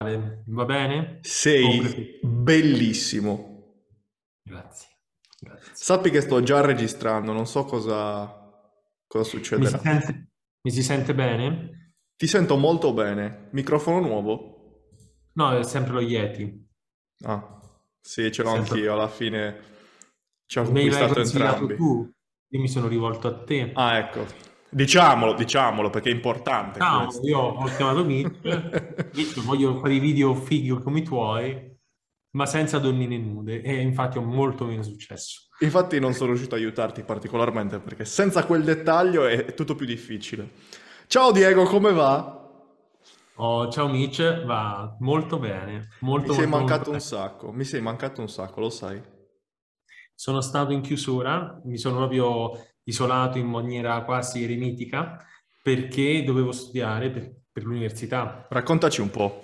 Va bene? O Sei preferisci? bellissimo. Grazie, grazie. Sappi che sto già registrando, non so cosa Mi si succederà. sente, mi si sente bene? Ti sento molto bene. Microfono nuovo? No, è sempre lo Yeti. Ah, sì, ce l'ho Sempre... anch'io, alla fine ci ha Me l'hai conquistato consigliato entrambi. tu, io mi sono rivolto a te. Ah, ecco. Diciamolo, perché è importante Ciao, questo. io ho chiamato Mitch. Mitch, voglio fare i video fighi come i tuoi, ma senza donnine nude. E infatti ho molto meno successo. Infatti non sono riuscito a aiutarti particolarmente perché senza quel dettaglio è tutto più difficile. Ciao Diego, come va? Oh, ciao Mitch, va molto bene, Mi molto sei molto molto mancato un bene. sacco, mi sei mancato un sacco, lo sai. Sono stato in chiusura, mi sono proprio isolato in maniera quasi eremitica perché dovevo studiare per l'università. Raccontaci un po'.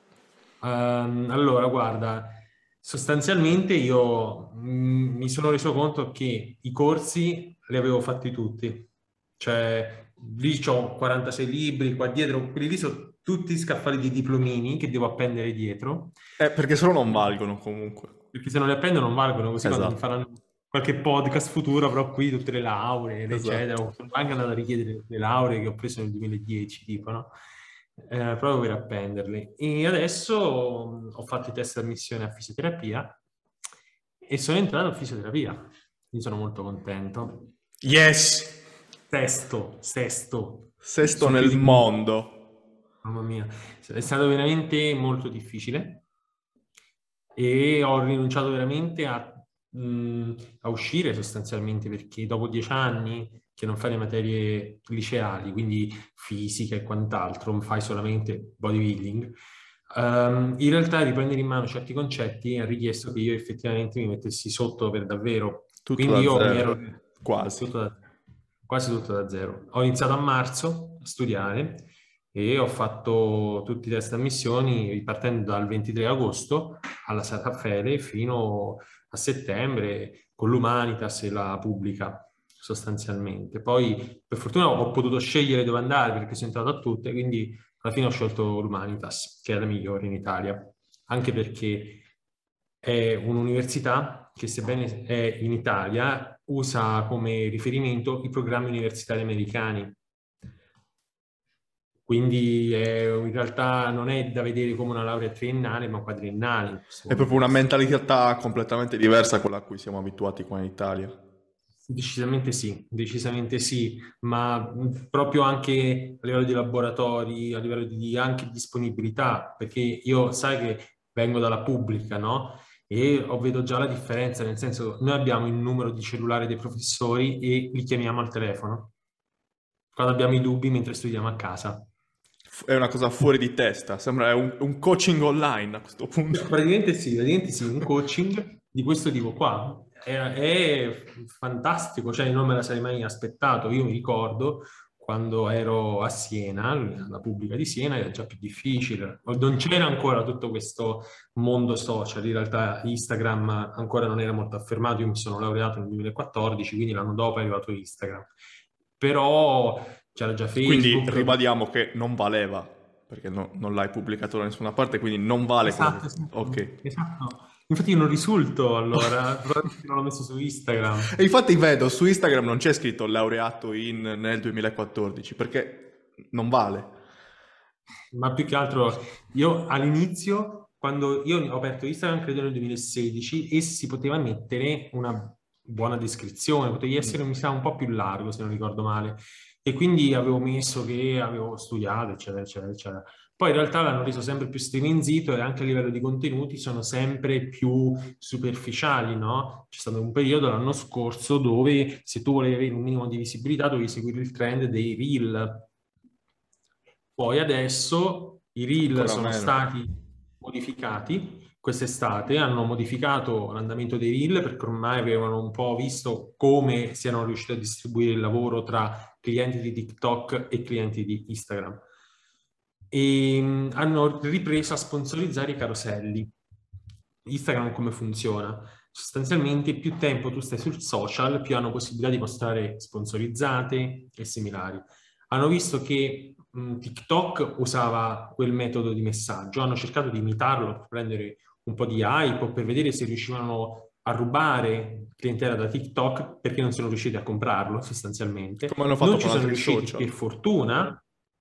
Allora, guarda, sostanzialmente io mi sono reso conto che i corsi li avevo fatti tutti, cioè lì ho 46 libri, qua dietro, quelli lì sono tutti scaffali di diplomini che devo appendere dietro. Perché sennò non valgono comunque. Perché se non le appendo non valgono, così quando mi Esatto, faranno qualche podcast futuro avrò qui tutte le lauree, eccetera. esatto. Sono anche andato a richiedere le lauree che ho preso nel 2010, tipo, no? Proprio per appenderle. E adesso ho fatto i test di ammissione a fisioterapia e sono entrato a fisioterapia. Quindi sono molto contento. Yes! Sesto, Sesto sono nel chiusi in... mondo. Mamma mia, è stato veramente molto difficile e ho rinunciato veramente a uscire sostanzialmente perché dopo 10 anni che non fai le materie liceali, quindi fisica e quant'altro, fai solamente bodybuilding, in realtà riprendere in mano certi concetti ha richiesto che io effettivamente mi mettessi sotto per davvero. Tutto Quindi da io mi ero zero. Quasi. tutto da- quasi tutto da zero. Ho iniziato a marzo a studiare e ho fatto tutti i test ammissioni partendo dal 23 agosto alla Santa Fede fino a settembre con l'Humanitas e la pubblica sostanzialmente. Poi per fortuna ho potuto scegliere dove andare perché sono entrato a tutte, quindi alla fine ho scelto l'Humanitas, che è la migliore in Italia, anche perché è un'università che sebbene è in Italia usa come riferimento i programmi universitari americani. Quindi in realtà non è da vedere come una laurea triennale, ma quadriennale in questo È proprio una contesto. mentalità completamente diversa a quella a cui siamo abituati qua in Italia. Decisamente sì, ma proprio anche a livello di laboratori, a livello di anche disponibilità, perché io sai che vengo dalla pubblica, no? Vedo già la differenza, nel senso noi abbiamo il numero di cellulare dei professori e li chiamiamo al telefono quando abbiamo i dubbi mentre studiamo a casa. È una cosa fuori di testa, sembra un coaching online a questo punto. Praticamente sì, un coaching di questo tipo qua è fantastico, cioè non me la sarei mai aspettato. Io mi ricordo quando ero a Siena, alla pubblica di Siena, era già più difficile. Non c'era ancora tutto questo mondo social, in realtà Instagram ancora non era molto affermato, io mi sono laureato nel 2014, quindi l'anno dopo è arrivato Instagram. Però c'era già Quindi Facebook. ribadiamo che non valeva, perché non l'hai pubblicato da nessuna parte, quindi non vale quello che... Esatto, esatto, Ok. esatto. Infatti io non risulto allora, probabilmente non l'ho messo su Instagram, E infatti vedo su Instagram non c'è scritto laureato nel 2014, perché non vale. ma più che altro io all'inizio, quando io ho aperto Instagram credo nel 2016 e si poteva mettere una buona descrizione, potevi essere mi sa un po' più largo se non ricordo male e quindi avevo messo che avevo studiato eccetera eccetera eccetera. Poi in realtà l'hanno reso sempre più strinzito e anche a livello di contenuti sono sempre più superficiali, no? C'è stato un periodo l'anno scorso dove se tu volevi avere un minimo di visibilità dovevi seguire il trend dei reel. Poi adesso i reel Ancora sono meno. stati modificati quest'estate, hanno modificato l'andamento dei reel perché ormai avevano un po' visto come si erano riusciti a distribuire il lavoro tra clienti di TikTok e clienti di Instagram. E hanno ripreso a sponsorizzare i caroselli. Instagram come funziona? Sostanzialmente più tempo tu stai sul social, più hanno possibilità di mostrare sponsorizzate e similari. Hanno visto che TikTok usava quel metodo di messaggio, hanno cercato di imitarlo per prendere un po' di hype o per vedere se riuscivano a rubare clientela da TikTok, perché non sono riusciti a comprarlo sostanzialmente. Come hanno fatto Non ci con sono altri riusciti per social. fortuna.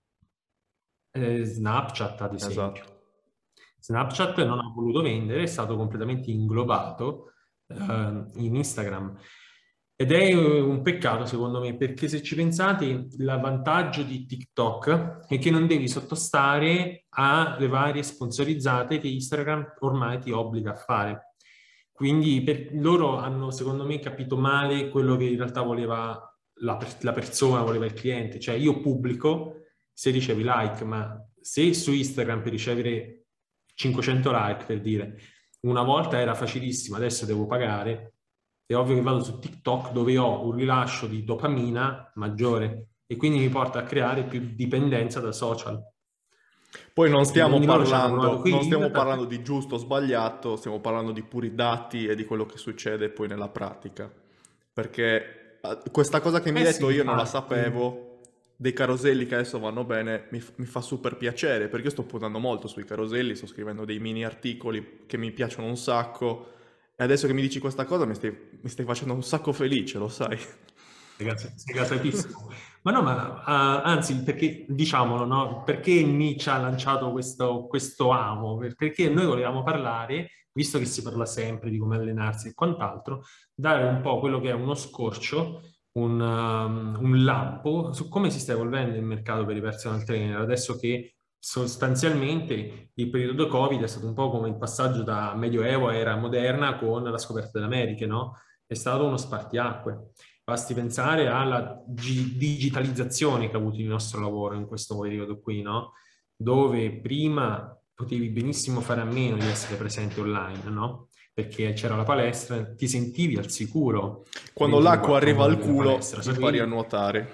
Snapchat, ad esempio. Esatto. Snapchat non ha voluto vendere, è stato completamente inglobato in Instagram. Ed è un peccato, secondo me, perché se ci pensate, il vantaggio di TikTok è che non devi sottostare alle varie sponsorizzate che Instagram ormai ti obbliga a fare. Quindi loro hanno, secondo me, capito male quello che in realtà voleva la persona, voleva il cliente. Cioè io pubblico se ricevi like, ma se su Instagram per ricevere 500 like, per dire, una volta era facilissimo, adesso devo pagare, è ovvio che vado su TikTok dove ho un rilascio di dopamina maggiore e quindi mi porta a creare più dipendenza da social. Poi E quindi loro ci hanno provato qui non stiamo Reel. parlando di giusto o sbagliato, stiamo parlando di puri dati e di quello che succede poi nella pratica. Perché questa cosa che mi hai Eh sì, detto io non la infatti. sapevo, dei caroselli che adesso vanno bene, mi fa super piacere, perché io sto puntando molto sui caroselli, sto scrivendo dei mini articoli che mi piacciono un sacco, e adesso che mi dici questa cosa mi stai facendo un sacco felice, lo sai. Sei gasatissimo. Ma no, ma anzi, perché diciamolo, no? Perché Nietzsche ha lanciato questo amo? Perché noi volevamo parlare, visto che si parla sempre di come allenarsi e quant'altro, dare un po' quello che è uno scorcio, un lampo su come si sta evolvendo il mercato per i personal trainer, adesso che sostanzialmente il periodo Covid è stato un po' come il passaggio da Medioevo a era moderna con la scoperta delle Americhe, no? È stato uno spartiacque. Basti pensare alla digitalizzazione che ha avuto il nostro lavoro in questo periodo qui, no? Dove prima potevi benissimo fare a meno di essere presente online, no? Perché c'era la palestra, ti sentivi al sicuro Quando l'acqua 24 arriva ore al nella culo, palestra, impari a sapevi? nuotare.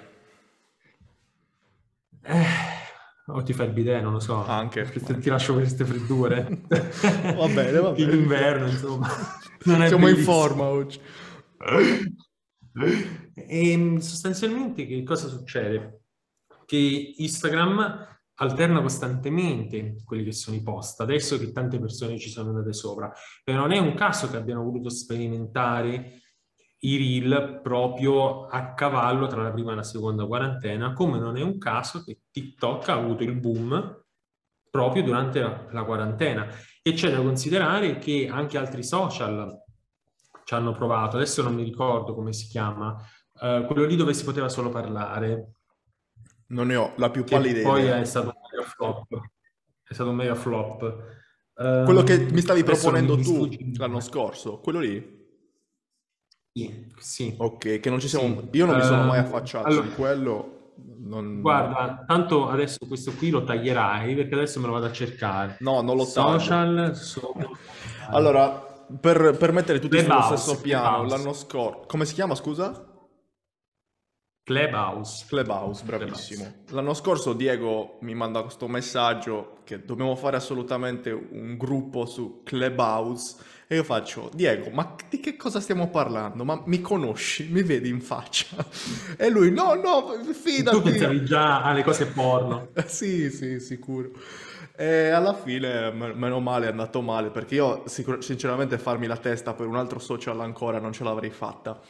O ti fai il bidet, non lo so, Anche, perché ti anche. lascio queste freddure. Va bene, va In bene, inverno, insomma, non è siamo in forma bellissimo. oggi. E sostanzialmente che cosa succede? Che Instagram alterna costantemente quelli che sono i post, adesso che tante persone ci sono andate sopra, e non è un caso che abbiano voluto sperimentare i reel proprio a cavallo tra la prima e la seconda quarantena, come non è un caso che TikTok ha avuto il boom proprio durante la quarantena. E c'è da considerare che anche altri social ci hanno provato, adesso non mi ricordo come si chiama, quello lì dove si poteva solo parlare, Non ne ho la più che pallida poi idea. è stato un mega flop. È stato un mega flop. Quello che mi stavi Adesso proponendo mi sfugge tu il l'anno nome. scorso, quello lì? Sì, sì, Ok, che non ci siamo... sì. Io non mi sono mai affacciato Allora, su quello. Non... guarda, tanto adesso questo qui lo taglierai perché adesso me lo vado a cercare. No, non lo taglio. Social sono... Allora, per mettere tutti sullo Clubhouse, stesso piano, Clubhouse, l'anno scorso... Come si chiama, scusa? Clubhouse, Clubhouse, Clubhouse. bravissimo. L'anno scorso Diego mi manda questo messaggio che dobbiamo fare assolutamente un gruppo su Clubhouse e io faccio, Diego, ma di che cosa stiamo parlando? Ma mi conosci? Mi vedi in faccia? E lui, no, no, Tu fidati. pensavi già alle cose porno. Sì, sì, sicuro. E alla fine, meno male, è andato male, perché io sinceramente farmi la testa per un altro social ancora non ce l'avrei fatta.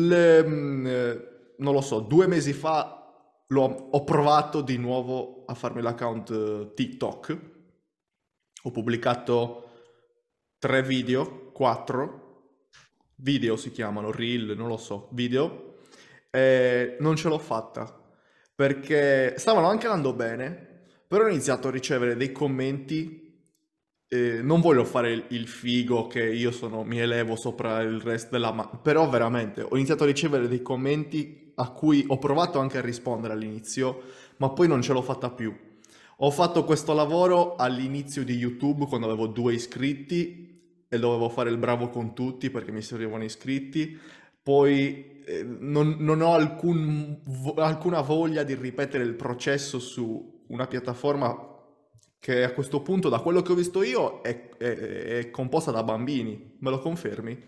Non lo so, 2 mesi fa ho provato di nuovo a farmi l'account TikTok. Ho pubblicato 3 video, 4 video si chiamano, reel, non lo so, video, e non ce l'ho fatta perché stavano anche andando bene, però ho iniziato a ricevere dei commenti. Non voglio fare il figo che io sono, mi elevo sopra il resto però veramente ho iniziato a ricevere dei commenti a cui ho provato anche a rispondere all'inizio, ma poi non ce l'ho fatta più. Ho fatto questo lavoro all'inizio di YouTube quando avevo 2 iscritti e dovevo fare il bravo con tutti perché mi servivano iscritti. Poi non ho alcuna voglia di ripetere il processo su una piattaforma che a questo punto, da quello che ho visto io, è composta da bambini. Me lo confermi?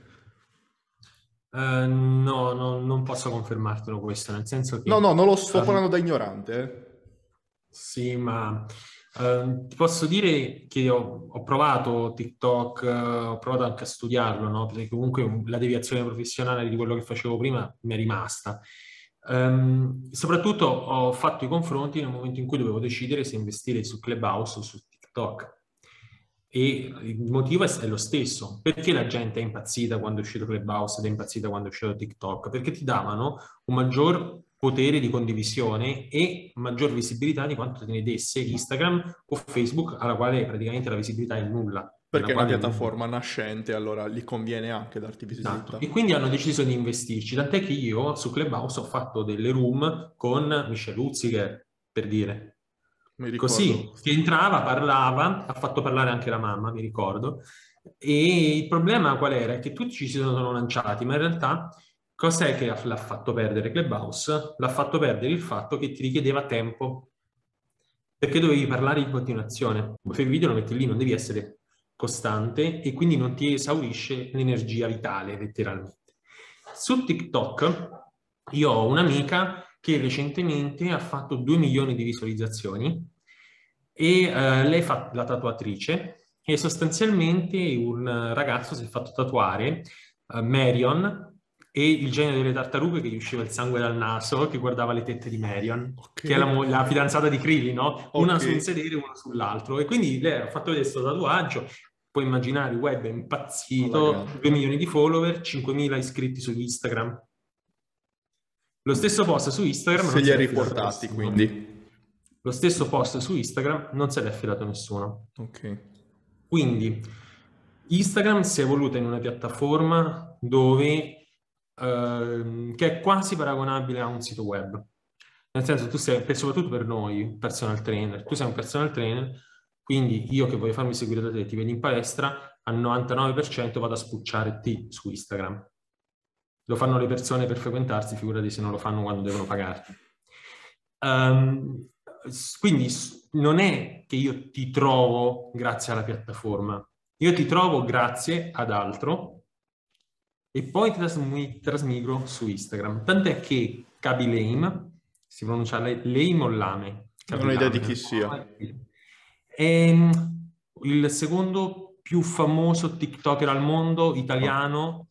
No, non posso confermartelo questo, nel senso No, che no, non lo sto ehm, parlando da ignorante. Sì, ma ti posso dire che ho provato TikTok, ho provato anche a studiarlo, no? Perché comunque la deviazione professionale di quello che facevo prima mi è rimasta. Soprattutto ho fatto i confronti nel momento in cui dovevo decidere se investire su Clubhouse o su TikTok. E il motivo è lo stesso. Perché la gente è impazzita quando è uscito Clubhouse ed è impazzita quando è uscito TikTok? Perché ti davano un maggior potere di condivisione e maggior visibilità di quanto te ne desse Instagram o Facebook, alla quale praticamente la visibilità è nulla. Perché Nella è una quale è nulla. piattaforma nascente, allora gli conviene anche darti Esatto, visibilità. e quindi hanno deciso di investirci, tant'è che io su Clubhouse ho fatto delle room con Michelle Hunziker, per dire. Mi ricordo. Così, che entrava, parlava, ha fatto parlare anche la mamma, mi ricordo, e il problema qual era? È che tutti ci si sono lanciati, ma in realtà cos'è che l'ha fatto perdere Clubhouse? L'ha fatto perdere il fatto che ti richiedeva tempo, perché dovevi parlare in continuazione. Fai il video, lo metti lì, non devi essere costante e quindi non ti esaurisce l'energia vitale, letteralmente. Su TikTok io ho un'amica che recentemente ha fatto 2 milioni di visualizzazioni e lei fa la tatuatrice e sostanzialmente un ragazzo si è fatto tatuare Marion e il genio delle tartarughe che gli usciva il sangue dal naso, che guardava le tette di Marion, Ok, che è la fidanzata di Krillin, no? Una ok. su un sedere e una sull'altro. E quindi lei ha fatto vedere questo tatuaggio. Puoi immaginare, il web è Alla impazzito, grande. 2 milioni di follower, 5.000 iscritti su Instagram. Lo stesso post su Instagram Se non li se è l'è affidato a riportati, nessuno. quindi. Lo stesso post su Instagram non se l'è affidato a nessuno. Ok. Quindi Instagram si è evoluta in una piattaforma dove, che è quasi paragonabile a un sito web. Nel senso, tu sei, soprattutto per noi, personal trainer, tu sei un personal trainer, quindi io che voglio farmi seguire da te, ti vedi in palestra, al 99% vado a spucciare te su Instagram. Lo fanno le persone per frequentarsi, figurati se non lo fanno quando devono pagarti. Ehm, quindi non è che io ti trovo grazie alla piattaforma, io ti trovo grazie ad altro e poi ti trasmigro su Instagram. Tant'è che Kaby Lame, si pronuncia Lame o Lame? Non Kaby ho idea di Lame. chi sia. È il secondo più famoso TikToker al mondo, Ah, italiano,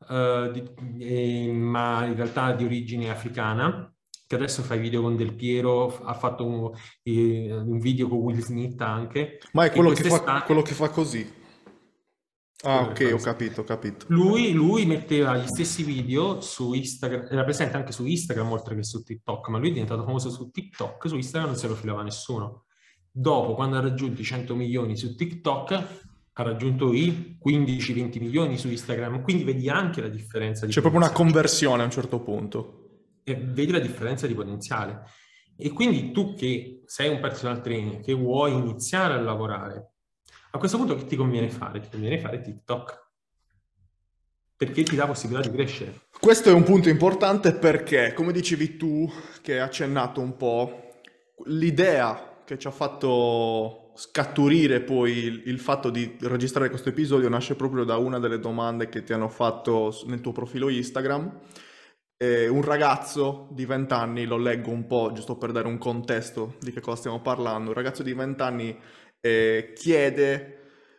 ma in realtà di origine africana, che adesso fa i video con Del Piero, ha fatto un video con Will Smith anche, ma è e quello quest'estate, che fa così. Ah, quello che ok, fa ho così. capito, ho capito. Lui metteva gli stessi video su Instagram, era presente anche su Instagram oltre che su TikTok, ma lui è diventato famoso su TikTok, su Instagram non se lo filava nessuno. Dopo, quando ha raggiunto i 100 milioni su TikTok, ha raggiunto i 15-20 milioni su Instagram, quindi vedi anche la differenza di C'è proprio una potenziale. conversione a un certo punto. E vedi la differenza di potenziale. E quindi tu che sei un personal trainer, che vuoi iniziare a lavorare, a questo punto che ti conviene fare? Ti conviene fare TikTok, perché ti dà possibilità di crescere. Questo è un punto importante perché, come dicevi tu, che hai accennato un po', l'idea che ci ha fatto scaturire poi il fatto di registrare questo episodio nasce proprio da una delle domande che ti hanno fatto nel tuo profilo Instagram. Un ragazzo di 20 anni, lo leggo un po' giusto per dare un contesto di che cosa stiamo parlando, un ragazzo di 20 anni chiede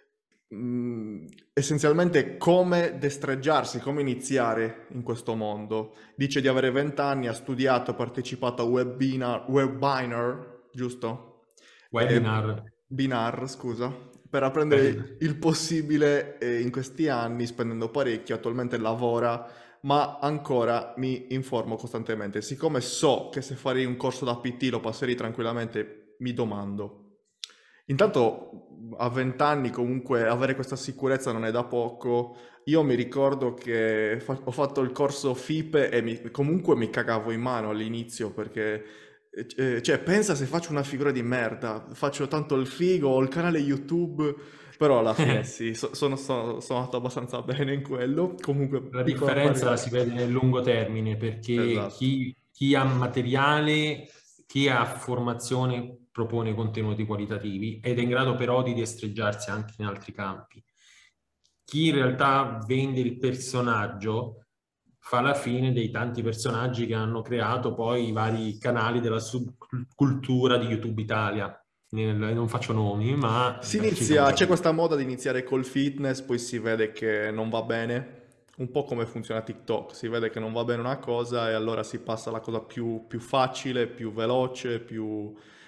essenzialmente come destreggiarsi, come iniziare in questo mondo. Dice di avere 20 anni, ha studiato, ha partecipato a webinar, giusto? Webinar, Binar, scusa, per webinar. apprendere il possibile in questi anni, spendendo parecchio, attualmente lavora, ma ancora mi informo costantemente. Siccome so che se farei un corso da PT lo passerei tranquillamente, mi domando. Intanto a 20 anni comunque avere questa sicurezza non è da poco. Io mi ricordo che ho fatto il corso FIPE e comunque mi cagavo in mano all'inizio perché, cioè, pensa se faccio una figura di merda, faccio tanto il figo, ho il canale YouTube, però alla fine sì, sono andato abbastanza bene in quello. Comunque, La piccola differenza la parentesi. si vede nel lungo termine perché Esatto. chi ha materiale, chi ha formazione propone contenuti qualitativi ed è in grado però di destreggiarsi anche in altri campi. Chi in realtà vende il personaggio fa la fine dei tanti personaggi che hanno creato poi i vari canali della subcultura di YouTube Italia. Non faccio nomi, ma ci siamo C'è capiti. questa moda di iniziare col fitness, poi si vede che non va bene, un po' come funziona TikTok, si vede che non va bene una cosa e allora si passa alla cosa più facile, più veloce, più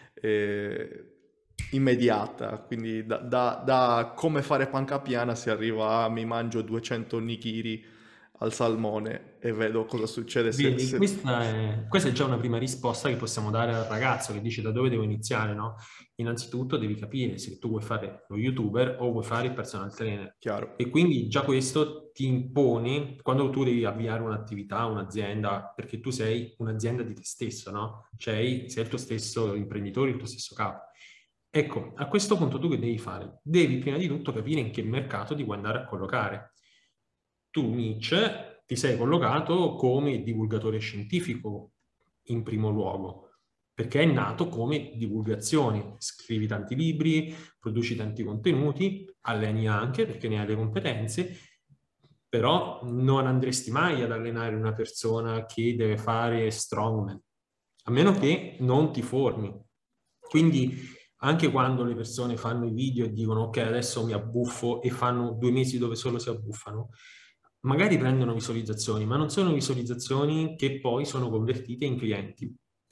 eh, immediata. Quindi da come fare panca piana si arriva a mi mangio 200 nigiri al salmone e vedo cosa succede Vedi, se... questa è già una prima risposta che possiamo dare al ragazzo che dice da dove devo iniziare, no? Innanzitutto devi capire se tu vuoi fare lo YouTuber o vuoi fare il personal trainer. Chiaro. E quindi già questo ti impone, quando tu devi avviare un'attività, un'azienda, perché tu sei un'azienda di te stesso, no? Cioè, sei il tuo stesso imprenditore, il tuo stesso capo. Ecco, a questo punto tu che devi fare? Devi prima di tutto capire in che mercato ti vuoi andare a collocare. Tu, Mitch, ti sei collocato come divulgatore scientifico in primo luogo, perché è nato come divulgazione. Scrivi tanti libri, produci tanti contenuti, alleni anche perché ne hai le competenze, però non andresti mai ad allenare una persona che deve fare strongman, a meno che non ti formi. Quindi anche quando le persone fanno i video e dicono ok, adesso mi abbuffo e fanno 2 mesi dove solo si abbuffano, magari prendono visualizzazioni, ma non sono visualizzazioni che poi sono convertite in clienti.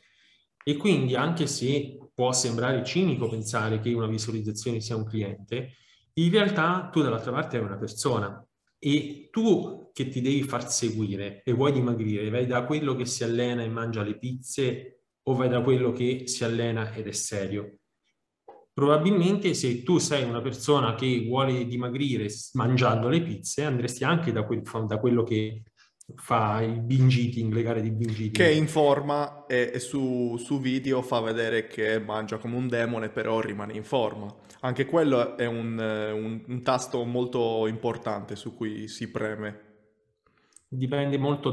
E quindi anche se può sembrare cinico pensare che una visualizzazione sia un cliente, in realtà tu dall'altra parte hai una persona e tu che ti devi far seguire e vuoi dimagrire, vai da quello che si allena e mangia le pizze o vai da quello che si allena ed è serio. Probabilmente se tu sei una persona che vuole dimagrire mangiando le pizze, andresti anche da quello che fa il binge eating, le gare di binge Che è eating. in forma e su video fa vedere che mangia come un demone, però rimane in forma. Anche quello è un tasto molto importante su cui si preme. Dipende molto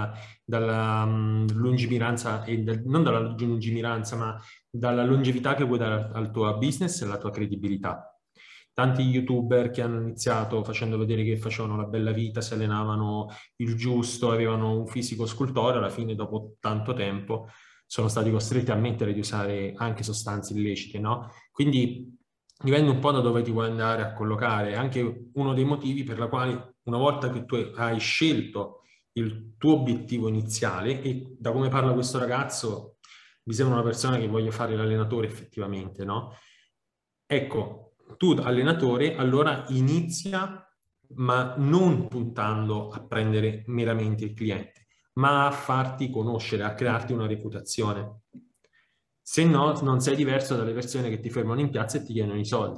dalla lungimiranza, non dalla lungimiranza, ma dalla longevità che vuoi dare al tuo business e alla tua credibilità. Tanti YouTuber che hanno iniziato facendo vedere che facevano la bella vita, si allenavano il giusto, avevano un fisico scultoreo, alla fine, dopo tanto tempo, sono stati costretti a mettere di usare anche sostanze illecite, no? Quindi dipende un po' da dove ti vuoi andare a collocare. Anche uno dei motivi per la quale una volta che tu hai scelto il tuo obiettivo iniziale, e da come parla questo ragazzo mi sembra una persona che voglia fare l'allenatore effettivamente, no? Ecco, tu allenatore allora inizia ma non puntando a prendere meramente il cliente, ma a farti conoscere, a crearti una reputazione. Se no, non sei diverso dalle persone che ti fermano in piazza e ti chiedono i soldi.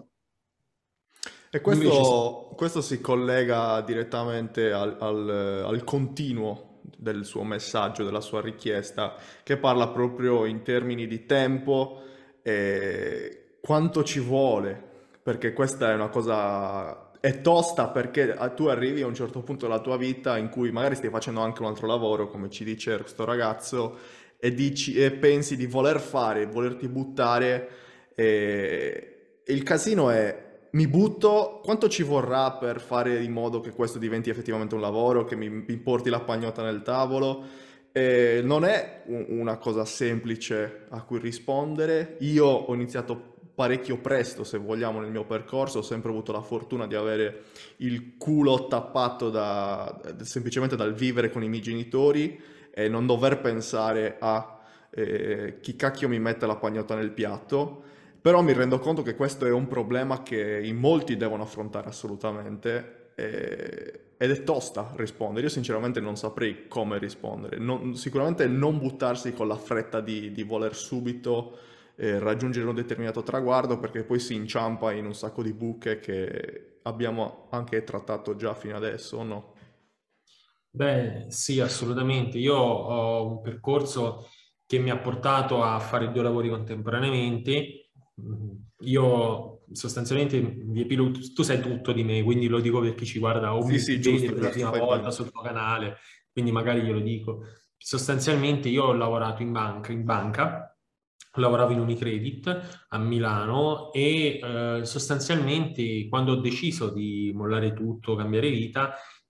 E Invece se questo si collega direttamente al continuo del suo messaggio, della sua richiesta, che parla proprio in termini di tempo e quanto ci vuole, perché questa è una cosa, è tosta perché tu arrivi a un certo punto della tua vita in cui magari stai facendo anche un altro lavoro, come ci dice questo ragazzo, e dici, e pensi di voler fare, volerti buttare, e il casino è mi butto, quanto ci vorrà per fare in modo che questo diventi effettivamente un lavoro, che mi porti la pagnotta nel tavolo? Non è una cosa semplice a cui rispondere. Io ho iniziato parecchio presto, se vogliamo, nel mio percorso, ho sempre avuto la fortuna di avere il culo tappato semplicemente dal vivere con i miei genitori e non dover pensare a chi cacchio mi mette la pagnotta nel piatto. Però mi rendo conto che questo è un problema che in molti devono affrontare assolutamente ed è tosta rispondere. Io sinceramente non saprei come rispondere. Sicuramente non buttarsi con la fretta di voler subito raggiungere un determinato traguardo perché poi si inciampa in un sacco di buche che abbiamo anche trattato già fino adesso, no? Beh, sì, assolutamente. Io ho un percorso che mi ha portato a fare 2 lavori contemporaneamente. Io sostanzialmente vi epilogo, tu sai tutto di me, quindi lo dico per chi ci guarda o Sì, mi sì, vede giusto, per la giusto, prima fai volta bene. sul tuo canale, quindi magari glielo dico. Sostanzialmente io ho lavorato in banca, lavoravo in Unicredit a Milano e sostanzialmente quando ho deciso di mollare tutto, cambiare vita,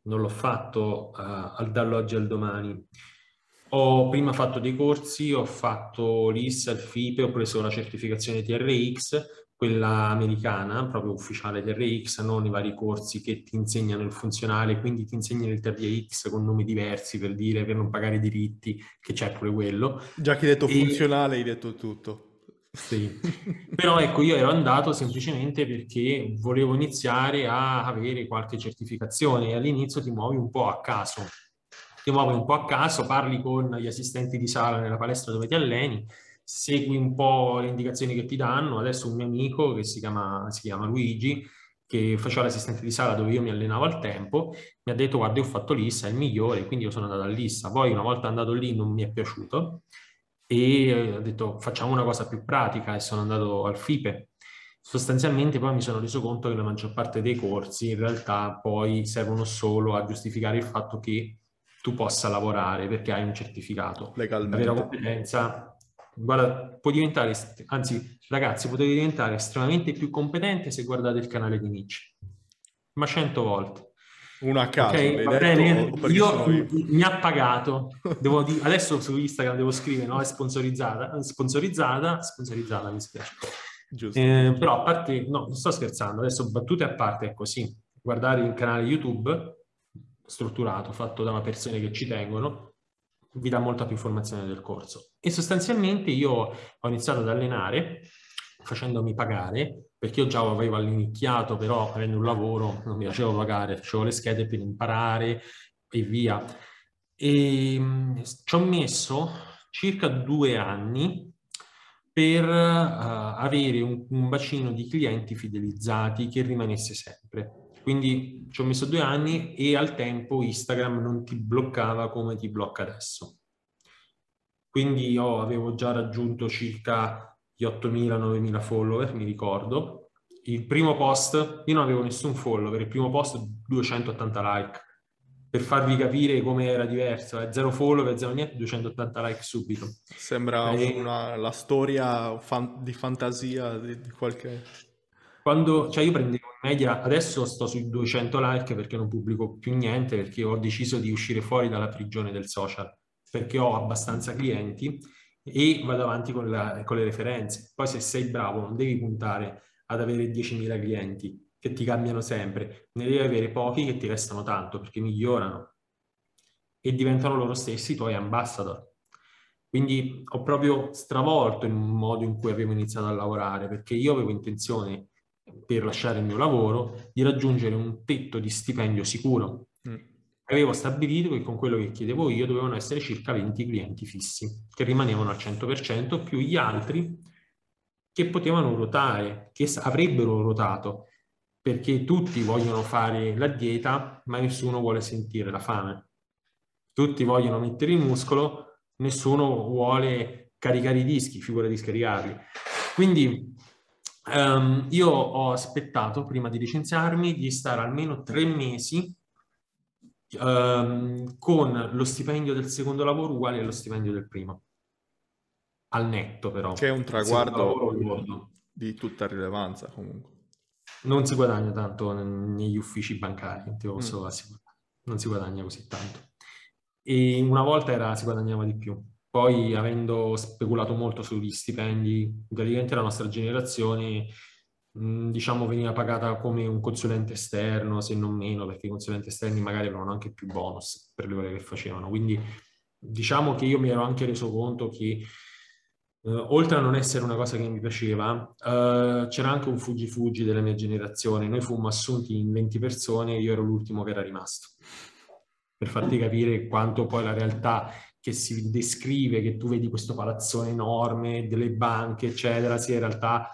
non l'ho fatto dall'oggi al domani. Ho prima fatto dei corsi, ho fatto l'IS, il FIPE, ho preso la certificazione TRX, quella americana, proprio ufficiale TRX, non i vari corsi che ti insegnano il funzionale, quindi ti insegnano il TRX con nomi diversi per dire, per non pagare i diritti, che c'è pure quello. Già che hai detto E funzionale, hai detto tutto. sì, però ecco, io ero andato semplicemente perché volevo iniziare a avere qualche certificazione e all'inizio ti muovi un po' a caso. Ti muovi un po' a caso, parli con gli assistenti di sala nella palestra dove ti alleni, segui un po' le indicazioni che ti danno. Adesso un mio amico che si chiama Luigi, che faceva l'assistente di sala dove io mi allenavo al tempo, mi ha detto guarda, io ho fatto l'ISSA, è il migliore, quindi io sono andato all'ISSA. Poi una volta andato lì non mi è piaciuto e ho detto facciamo una cosa più pratica e sono andato al FIPE. Sostanzialmente poi mi sono reso conto che la maggior parte dei corsi in realtà poi servono solo a giustificare il fatto che tu possa lavorare perché hai un certificato. La vera Legalmente. competenza, guarda, puoi diventare, anzi ragazzi, potete diventare estremamente più competente se guardate il canale di Mitch, ma 100 volte. Uno a caso, Ok, l'hai va detto o bene? perché sono io? Mi ha pagato. Adesso su Instagram devo scrivere, no? È sponsorizzata, sponsorizzata, mi spiace. Giusto. Però a parte, no, non sto scherzando, adesso battute a parte è così. Guardare il canale YouTube strutturato, fatto da persone che ci tengono, vi dà molta più informazione del corso. E sostanzialmente io ho iniziato ad allenare facendomi pagare, perché io già avevo all'iniziato, però avendo un lavoro non mi facevo pagare, facevo le schede per imparare e via. E ci ho messo circa 2 anni per avere un bacino di clienti fidelizzati che rimanesse sempre. Quindi ci ho messo 2 anni e al tempo Instagram non ti bloccava come ti blocca adesso. Quindi io avevo già raggiunto circa gli 8.000-9.000 follower, mi ricordo. Il primo post, io non avevo nessun follower, il primo post 280 like. Per farvi capire come era diverso, 0 follower, 0 niente, 280 like subito. Sembra E la storia di fantasia di qualche... cioè io prendevo in media, adesso sto sui 200 like perché non pubblico più niente, perché ho deciso di uscire fuori dalla prigione del social, perché ho abbastanza clienti e vado avanti con le referenze. Poi se sei bravo non devi puntare ad avere 10.000 clienti che ti cambiano sempre, ne devi avere pochi che ti restano tanto perché migliorano e diventano loro stessi i tuoi ambassador. Quindi ho proprio stravolto il modo in cui avevo iniziato a lavorare, perché io avevo intenzione, per lasciare il mio lavoro, di raggiungere un tetto di stipendio sicuro. Mm. Avevo stabilito che con quello che chiedevo io dovevano essere circa 20 clienti fissi, che rimanevano al 100%, più gli altri che potevano ruotare, che avrebbero ruotato, perché tutti vogliono fare la dieta, ma nessuno vuole sentire la fame. Tutti vogliono mettere il muscolo, nessuno vuole caricare i dischi, figura di scaricarli. Quindi io ho aspettato, prima di licenziarmi, di stare almeno 3 mesi con lo stipendio del secondo lavoro uguale allo stipendio del primo, al netto Che è però. un Il secondo lavoro traguardo lordo. di tutta rilevanza comunque. Non si guadagna tanto negli uffici bancari, ti Mm. posso assicurare. Non si guadagna così tanto. E una volta si guadagnava di più. Poi, avendo speculato molto sugli stipendi, praticamente la nostra generazione, diciamo, veniva pagata come un consulente esterno, se non meno, perché i consulenti esterni magari avevano anche più bonus per le ore che facevano. Quindi, diciamo che io mi ero anche reso conto che oltre a non essere una cosa che mi piaceva, c'era anche un fuggi-fuggi della mia generazione. Noi fummo assunti in 20 persone e io ero l'ultimo che era rimasto. Per farti capire quanto poi la realtà che si descrive, che tu vedi questo palazzone enorme, delle banche, eccetera, sia in realtà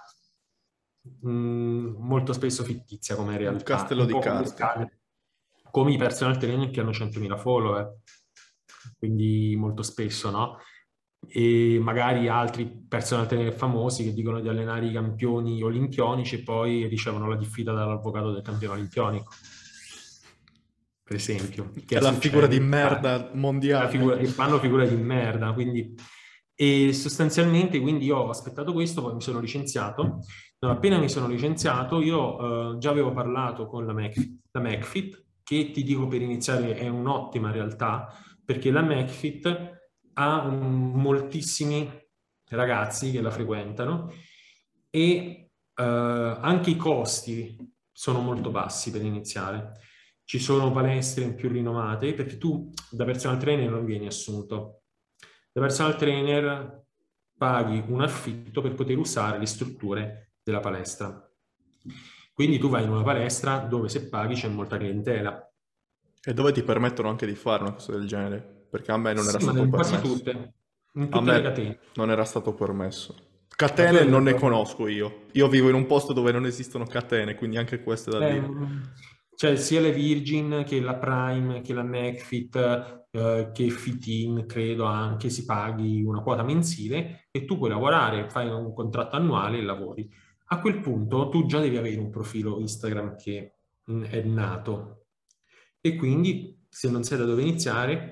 molto spesso fittizia come Un realtà, castello un di po' carte. come i personal trainer che hanno 100.000 follower, quindi molto spesso, no? E magari altri personal trainer famosi che dicono di allenare i campioni olimpionici e poi ricevono la diffida dall'avvocato del campione olimpionico, per esempio, Che che è la figura succede di merda mondiale. e fanno figure di merda, quindi e sostanzialmente quindi io ho aspettato questo, poi mi sono licenziato. Non appena mi sono licenziato, io già avevo parlato con la McFit, che ti dico per iniziare è un'ottima realtà, perché la McFit ha moltissimi ragazzi che la frequentano e anche i costi sono molto bassi per iniziare. Ci sono palestre più rinomate perché tu da personal trainer non vieni assunto. Da personal trainer paghi un affitto per poter usare le strutture della palestra. Quindi tu vai in una palestra dove se paghi c'è molta clientela. E dove ti permettono anche di fare una cosa del genere? Perché a me non era Sì, ma stato in quasi permesso. tutte, in A tutte le me catene. non era stato permesso. Ma tu Catene hai non ne detto, conosco io. Io vivo in un posto dove non esistono catene, quindi anche questo è da beh, dire. cioè sia la Virgin che la Prime che la McFit che Fitin, credo anche si paghi una quota mensile e tu puoi lavorare, fai un contratto annuale e lavori. A quel punto tu già devi avere un profilo Instagram che è nato e quindi se non sai da dove iniziare,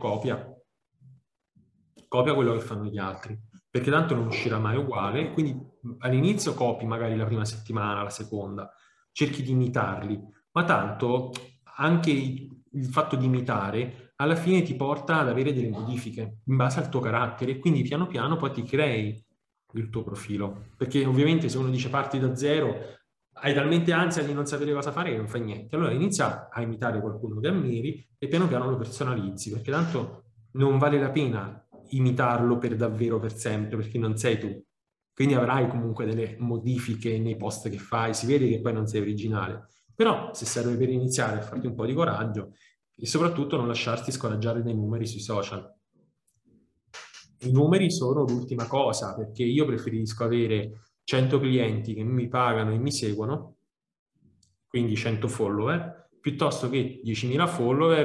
copia quello che fanno gli altri, perché tanto non uscirà mai uguale, quindi all'inizio copi magari la prima settimana, la seconda, cerchi di imitarli, ma tanto anche il fatto di imitare alla fine ti porta ad avere delle modifiche in base al tuo carattere e quindi piano piano poi ti crei il tuo profilo, perché ovviamente se uno dice parti da zero, hai talmente ansia di non sapere cosa fare che non fai niente. Allora inizia a imitare qualcuno che ammiri e piano piano lo personalizzi, perché tanto non vale la pena imitarlo per davvero per sempre, perché non sei tu. Quindi avrai comunque delle modifiche nei post che fai, si vede che poi non sei originale. Però se serve per iniziare a farti un po' di coraggio e soprattutto non lasciarti scoraggiare dai numeri sui social. I numeri sono l'ultima cosa, perché io preferisco avere 100 clienti che mi pagano e mi seguono, quindi 100 follower, piuttosto che 10.000 follower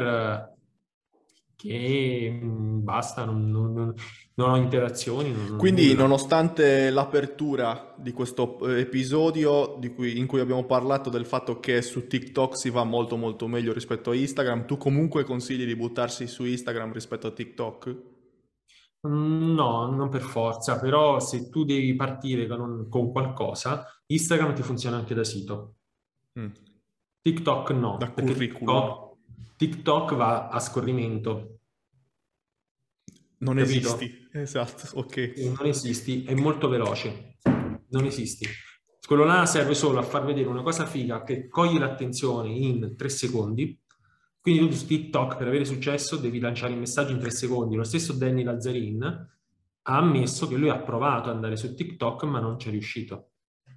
che basta, non ho interazioni, Quindi, nulla. nonostante l'apertura di questo episodio in cui abbiamo parlato del fatto che su TikTok si va molto molto meglio rispetto a Instagram, tu comunque consigli di buttarsi su Instagram rispetto a TikTok? No, non per forza, però se tu devi partire con qualcosa, Instagram ti funziona anche da sito. Mm. TikTok Da no, perché curriculum. TikTok va a scorrimento, Non capito? esisti. Esatto, ok. Sì, non esisti, è molto veloce, non esisti. Quello là serve solo a far vedere una cosa figa che coglie l'attenzione in 3 secondi. Quindi tu su TikTok per avere successo devi lanciare il messaggio in 3 secondi. Lo stesso Danny Lazzarin ha ammesso che lui ha provato ad andare su TikTok ma non ci è riuscito.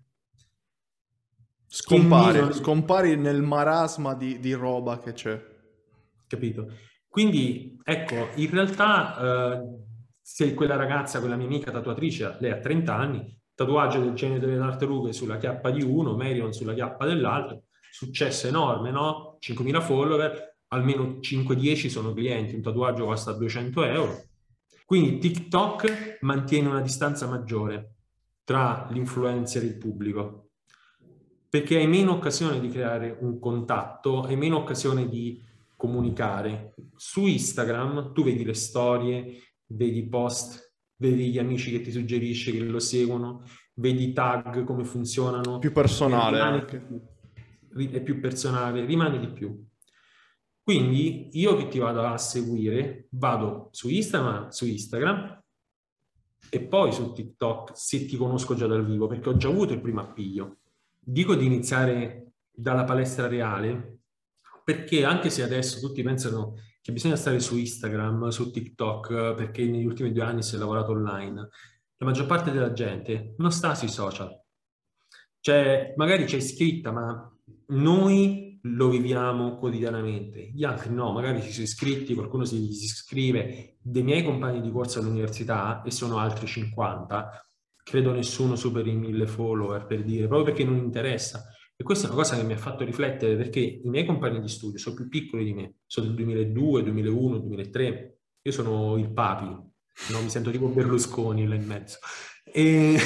Quindi Scompari, non, scompari nel marasma di roba che c'è. capito? Quindi, ecco, in realtà, se quella ragazza, quella mia amica tatuatrice, lei ha 30 anni, tatuaggio del genere delle tartarughe sulla chiappa di uno, Marion sulla chiappa dell'altro, successo enorme, no? 5.000 follower, almeno 5-10 sono clienti, un tatuaggio costa 200 euro. Quindi TikTok mantiene una distanza maggiore tra l'influencer e il pubblico, perché hai meno occasione di creare un contatto, hai meno occasione di comunicare. Su Instagram tu vedi le storie, vedi i post, vedi gli amici che ti suggerisce che lo seguono, vedi i tag, come Più funzionano e personale rimane di anche. più, è più personale, rimane di più. Quindi io che ti vado a seguire, vado su Instagram e poi su TikTok se ti conosco già dal vivo, perché ho già avuto il primo appiglio. Dico di iniziare dalla palestra reale, perché anche se adesso tutti pensano che bisogna stare su Instagram, su TikTok, perché negli ultimi 2 anni si è lavorato online, la maggior parte della gente non sta sui social. Cioè, magari c'è iscritta, ma noi lo viviamo quotidianamente, gli altri no, magari ci sono iscritti, qualcuno si iscrive, dei miei compagni di corso all'università, e sono altri 50, credo nessuno superi i 1.000 follower, per dire, proprio perché non interessa. E questa è una cosa che mi ha fatto riflettere, perché i miei compagni di studio sono più piccoli di me, sono del 2002, 2001, 2003, io sono il papi, no? Mi sento tipo Berlusconi là in mezzo. E,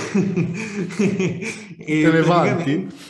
Te e ne vanti? praticamente,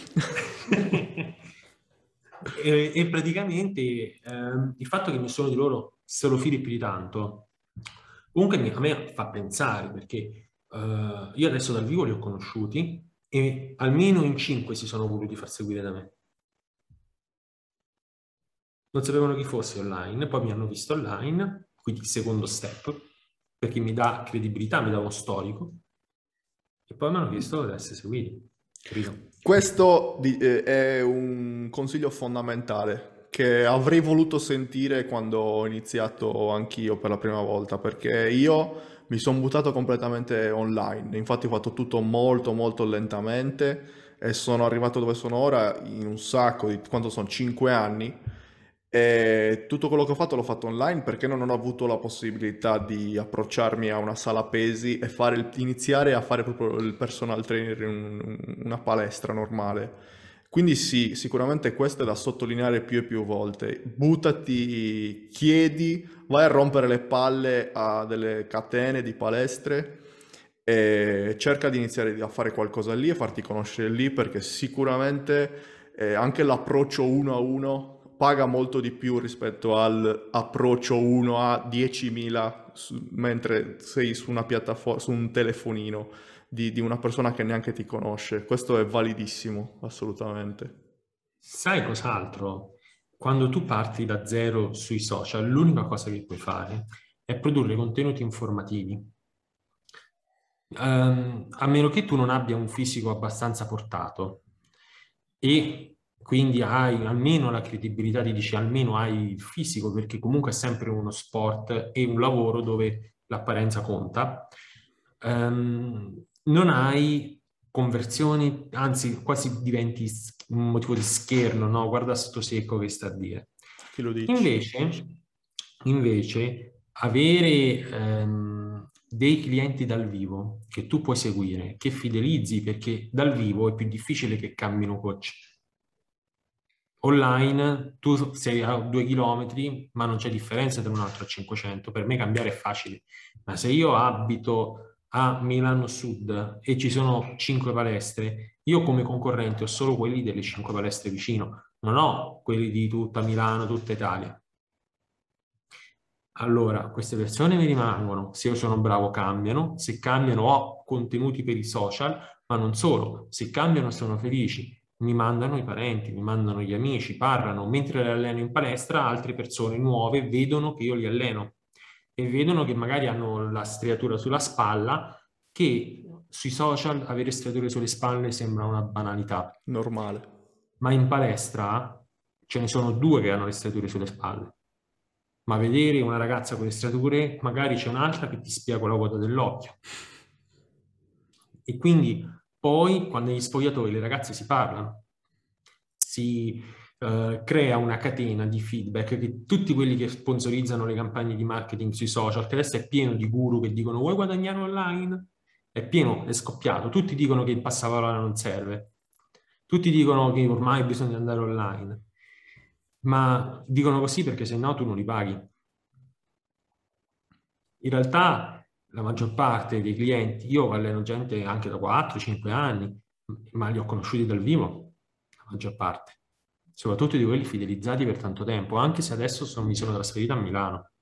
e praticamente il fatto che nessuno di loro se lo fili più di tanto, comunque a me fa pensare, perché io adesso dal vivo li ho conosciuti e almeno in 5 si sono voluti far seguire da me. non sapevano chi fossi online, poi mi hanno visto online, quindi il secondo step, perché mi dà credibilità, mi dà uno storico, e poi mi hanno chiesto di essere seguiti, capito? Questo è un consiglio fondamentale che avrei voluto sentire quando ho iniziato anch'io per la prima volta, perché io mi sono buttato completamente online. Infatti ho fatto tutto molto molto lentamente e sono arrivato dove sono ora in un sacco di quanto sono 5 anni. E tutto quello che ho fatto l'ho fatto online perché non ho avuto la possibilità di approcciarmi a una sala pesi e iniziare a fare proprio il personal trainer in una palestra normale. Quindi sì, sicuramente questo è da sottolineare più e più volte. Buttati, chiedi, vai a rompere le palle a delle catene di palestre e cerca di iniziare a fare qualcosa lì e farti conoscere lì perché sicuramente anche l'approccio uno a uno paga molto di più rispetto all'approccio 1 a 10.000 mentre sei su una piattaforma, su un telefonino di una persona che neanche ti conosce. Questo è validissimo, assolutamente. Sai cos'altro? Quando tu parti da zero sui social, l'unica cosa che puoi fare è produrre contenuti informativi. A meno che tu non abbia un fisico abbastanza portato e quindi hai almeno la credibilità di dici almeno hai il fisico, perché comunque è sempre uno sport e un lavoro dove l'apparenza conta, non hai conversioni, anzi quasi diventi un motivo di scherno, no? Guarda sto secco che sta a dire. Chi lo dici? Invece avere dei clienti dal vivo che tu puoi seguire, che fidelizzi, perché dal vivo è più difficile che cambino coach. Online tu sei a 2 chilometri, ma non c'è differenza tra un altro a 500. Per me cambiare è facile, ma se io abito a Milano Sud e ci sono 5 palestre, io come concorrente ho solo quelli delle 5 palestre vicino, non ho quelli di tutta Milano, tutta Italia. Allora, queste persone mi rimangono, se io sono bravo cambiano, se cambiano ho contenuti per i social, ma non solo, se cambiano sono felici, mi mandano i parenti, mi mandano gli amici, parlano, mentre li alleno in palestra, altre persone nuove vedono che io li alleno e vedono che magari hanno la striatura sulla spalla, che sui social avere striature sulle spalle sembra una banalità, Normale. ma in palestra ce ne sono due che hanno le striature sulle spalle. Ma vedere una ragazza con le striature, magari c'è un'altra che ti spia con la quota dell'occhio. E quindi poi, quando negli spogliatoi le ragazze si parlano, si crea una catena di feedback che tutti quelli che sponsorizzano le campagne di marketing sui social, che adesso è pieno di guru che dicono vuoi guadagnare online? È pieno, è scoppiato. Tutti dicono che il passaparola non serve. Tutti dicono che ormai bisogna andare online. Ma dicono così perché se no tu non li paghi. In realtà la maggior parte dei clienti, io alleno gente anche da 4-5 anni, ma li ho conosciuti dal vivo, la maggior parte, soprattutto di quelli fidelizzati per tanto tempo, anche se adesso mi sono trasferito a Milano,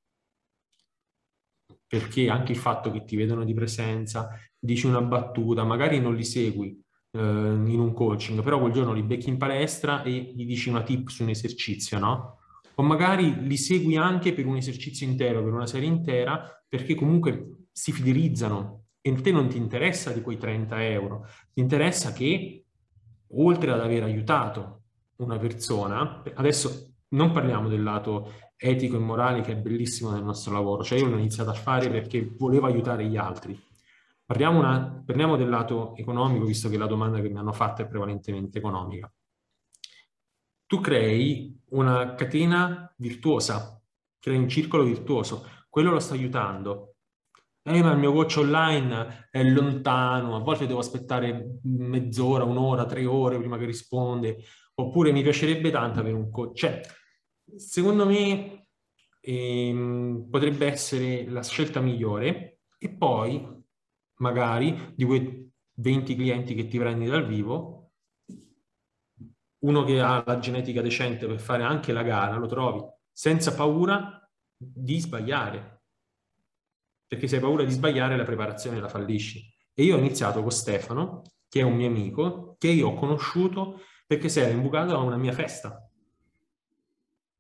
perché anche il fatto che ti vedono di presenza, dici una battuta, magari non li segui in un coaching, però quel giorno li becchi in palestra e gli dici una tip su un esercizio, no? O magari li segui anche per un esercizio intero, per una serie intera, perché comunque si fidelizzano e a te non ti interessa di quei 30 euro, ti interessa che oltre ad aver aiutato una persona, adesso non parliamo del lato etico e morale che è bellissimo nel nostro lavoro, cioè io l'ho iniziato a fare perché volevo aiutare gli altri. Parliamo del lato economico, visto che la domanda che mi hanno fatto è prevalentemente economica. Tu crei una catena virtuosa, crei un circolo virtuoso, quello lo sta aiutando. Ma il mio coach online è lontano, a volte devo aspettare mezz'ora, un'ora, 3 ore prima che risponde, oppure mi piacerebbe tanto avere un coach. Cioè, secondo me potrebbe essere la scelta migliore e poi magari di quei 20 clienti che ti prendi dal vivo, uno che ha la genetica decente per fare anche la gara, lo trovi senza paura di sbagliare, perché se hai paura di sbagliare la preparazione la fallisci. E io ho iniziato con Stefano, che è un mio amico, che io ho conosciuto perché si era imbucato a una mia festa.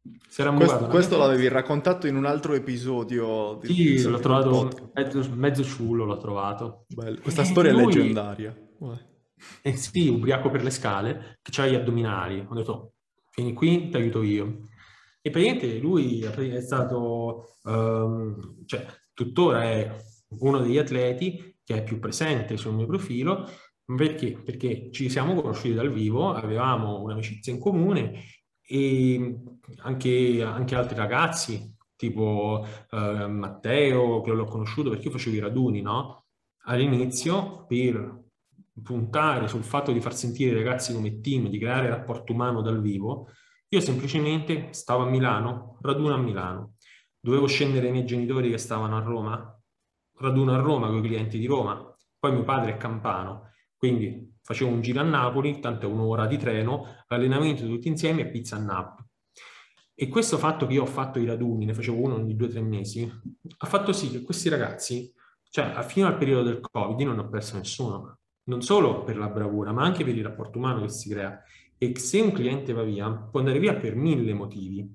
Si era muovato la mia Questo l'avevi testa. raccontato in un altro episodio Sì, l'ho sempre del trovato podcast. mezzo ciullo, l'ho trovato. Bello. Questa E storia è lui, leggendaria. Vabbè. sì, ubriaco per le scale, che c'ha gli addominali. Ho detto, vieni qui, ti aiuto io. E praticamente lui è stato, cioè, tuttora è uno degli atleti che è più presente sul mio profilo. Perché? Perché ci siamo conosciuti dal vivo, avevamo un'amicizia in comune e anche altri ragazzi, tipo Matteo, che l'ho conosciuto perché io facevo i raduni, no? All'inizio, per puntare sul fatto di far sentire i ragazzi come team, di creare rapporto umano dal vivo, io semplicemente stavo a Milano, raduno a Milano. Dovevo scendere i miei genitori che stavano a Roma, raduno a Roma con i clienti di Roma. Poi mio padre è campano, quindi facevo un giro a Napoli, tanto è un'ora di treno, allenamento tutti insieme e pizza a Napoli. E questo fatto che io ho fatto i raduni, ne facevo uno ogni 2 o 3 mesi, ha fatto sì che questi ragazzi, cioè fino al periodo del Covid, io non ho perso nessuno, non solo per la bravura, ma anche per il rapporto umano che si crea. E se un cliente va via, può andare via per mille motivi.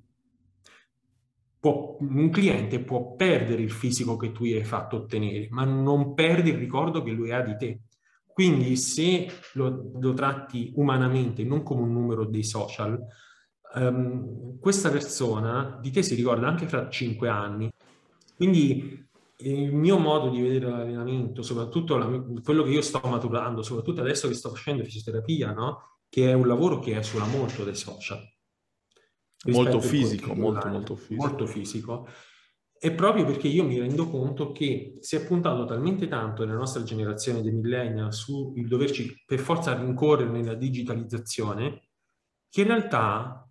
Un cliente può perdere il fisico che tu gli hai fatto ottenere, ma non perde il ricordo che lui ha di te. Quindi se lo tratti umanamente, non come un numero dei social, questa persona di te si ricorda anche fra 5 anni. Quindi il mio modo di vedere l'allenamento, soprattutto quello che io sto maturando, soprattutto adesso che sto facendo fisioterapia, no? Che è un lavoro che esula molto dai social Molto rispetto al fisico, contenuto molto molto online, fisico. molto fisico. E proprio perché io mi rendo conto che si è puntato talmente tanto nella nostra generazione dei millennial sul doverci per forza rincorrere nella digitalizzazione, che in realtà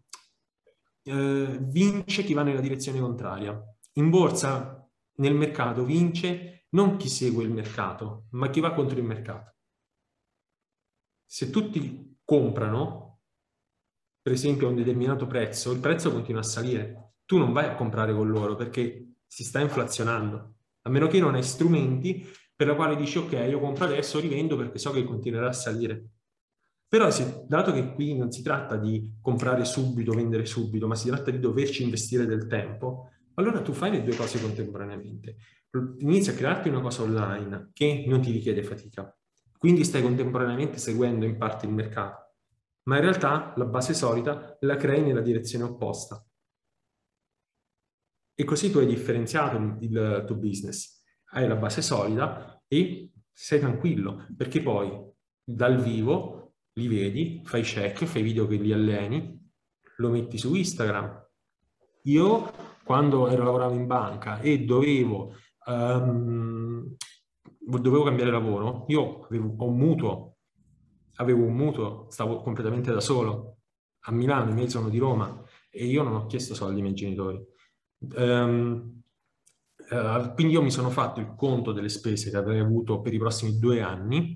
vince chi va nella direzione contraria. In borsa, nel mercato, vince non chi segue il mercato, ma chi va contro il mercato. Se tutti comprano, per esempio, a un determinato prezzo, il prezzo continua a salire. Tu non vai a comprare con loro perché si sta inflazionando, a meno che non hai strumenti per la quale dici ok, io compro adesso, rivendo perché so che continuerà a salire. Però dato che qui non si tratta di comprare subito, vendere subito, ma si tratta di doverci investire del tempo, allora tu fai le due cose contemporaneamente. Inizi a crearti una cosa online che non ti richiede fatica, quindi stai contemporaneamente seguendo in parte il mercato, ma in realtà la base solida la crei nella direzione opposta. E così tu hai differenziato il tuo business, hai la base solida e sei tranquillo, perché poi dal vivo li vedi, fai check, fai video che li alleni, lo metti su Instagram. Io, quando lavoravo in banca e dovevo cambiare lavoro, io avevo un mutuo, stavo completamente da solo a Milano, i miei sono di Roma e io non ho chiesto soldi ai miei genitori. Ehm, quindi io mi sono fatto il conto delle spese che avrei avuto per i prossimi 2 anni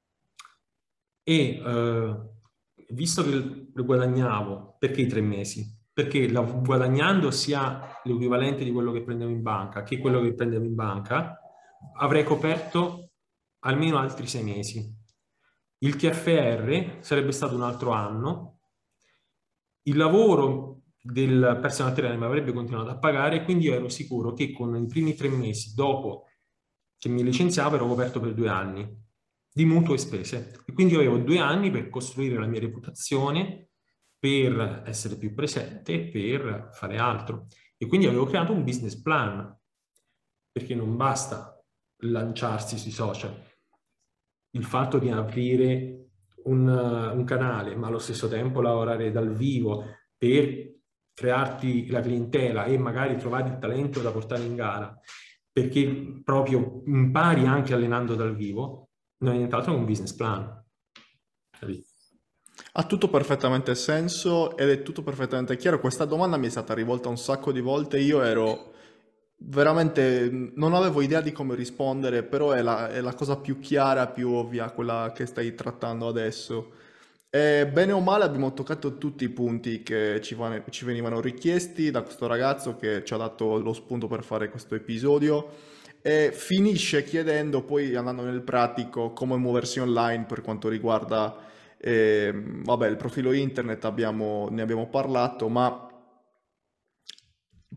e visto che lo guadagnavo, perché i 3 mesi? Perché guadagnando sia l'equivalente di quello che prendevo in banca che quello che prendevo in banca, avrei coperto almeno altri 6 mesi. Il TFR sarebbe stato un altro anno, il lavoro del personal trainer mi avrebbe continuato a pagare e quindi io ero sicuro che con i primi 3 mesi dopo che mi licenziavo ero coperto per 2 anni di mutuo e spese. E quindi io avevo 2 anni per costruire la mia reputazione, per essere più presente, per fare altro. E quindi avevo creato un business plan, perché non basta lanciarsi sui social. Il fatto di aprire un canale, ma allo stesso tempo lavorare dal vivo per crearti la clientela e magari trovare il talento da portare in gara, perché proprio impari anche allenando dal vivo, non è nient'altro che un business plan. Capito? Ha tutto perfettamente senso ed è tutto perfettamente chiaro. Questa domanda mi è stata rivolta un sacco di volte. Io ero veramente, non avevo idea di come rispondere, però è la cosa più chiara, più ovvia, quella che stai trattando adesso. E bene o male abbiamo toccato tutti i punti che ci venivano richiesti da questo ragazzo che ci ha dato lo spunto per fare questo episodio. E finisce chiedendo, poi andando nel pratico, come muoversi online per quanto riguarda vabbè, il profilo internet ne abbiamo parlato, ma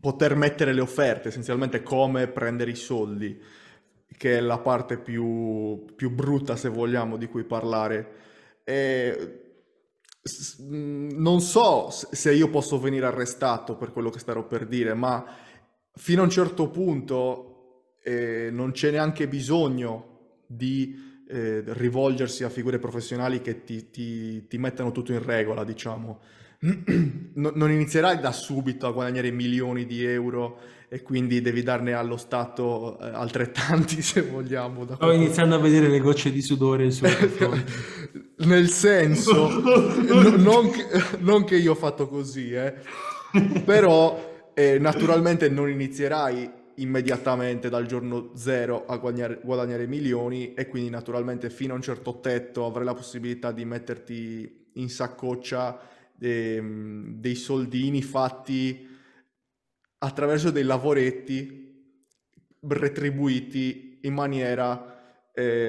poter mettere le offerte, essenzialmente come prendere i soldi, che è la parte più brutta, se vogliamo, di cui parlare. E non so se io posso venire arrestato per quello che starò per dire, ma fino a un certo punto non c'è neanche bisogno di rivolgersi a figure professionali che ti mettano tutto in regola, diciamo. Non inizierai da subito a guadagnare milioni di euro e quindi devi darne allo Stato altrettanti, se vogliamo, da Sto quel punto. iniziando a vedere le gocce di sudore sul tuo fronte. Nel senso, non che io ho fatto così, però naturalmente non inizierai immediatamente dal giorno zero a guadagnare milioni e quindi naturalmente fino a un certo tetto avrai la possibilità di metterti in saccoccia dei soldini fatti attraverso dei lavoretti retribuiti in maniera,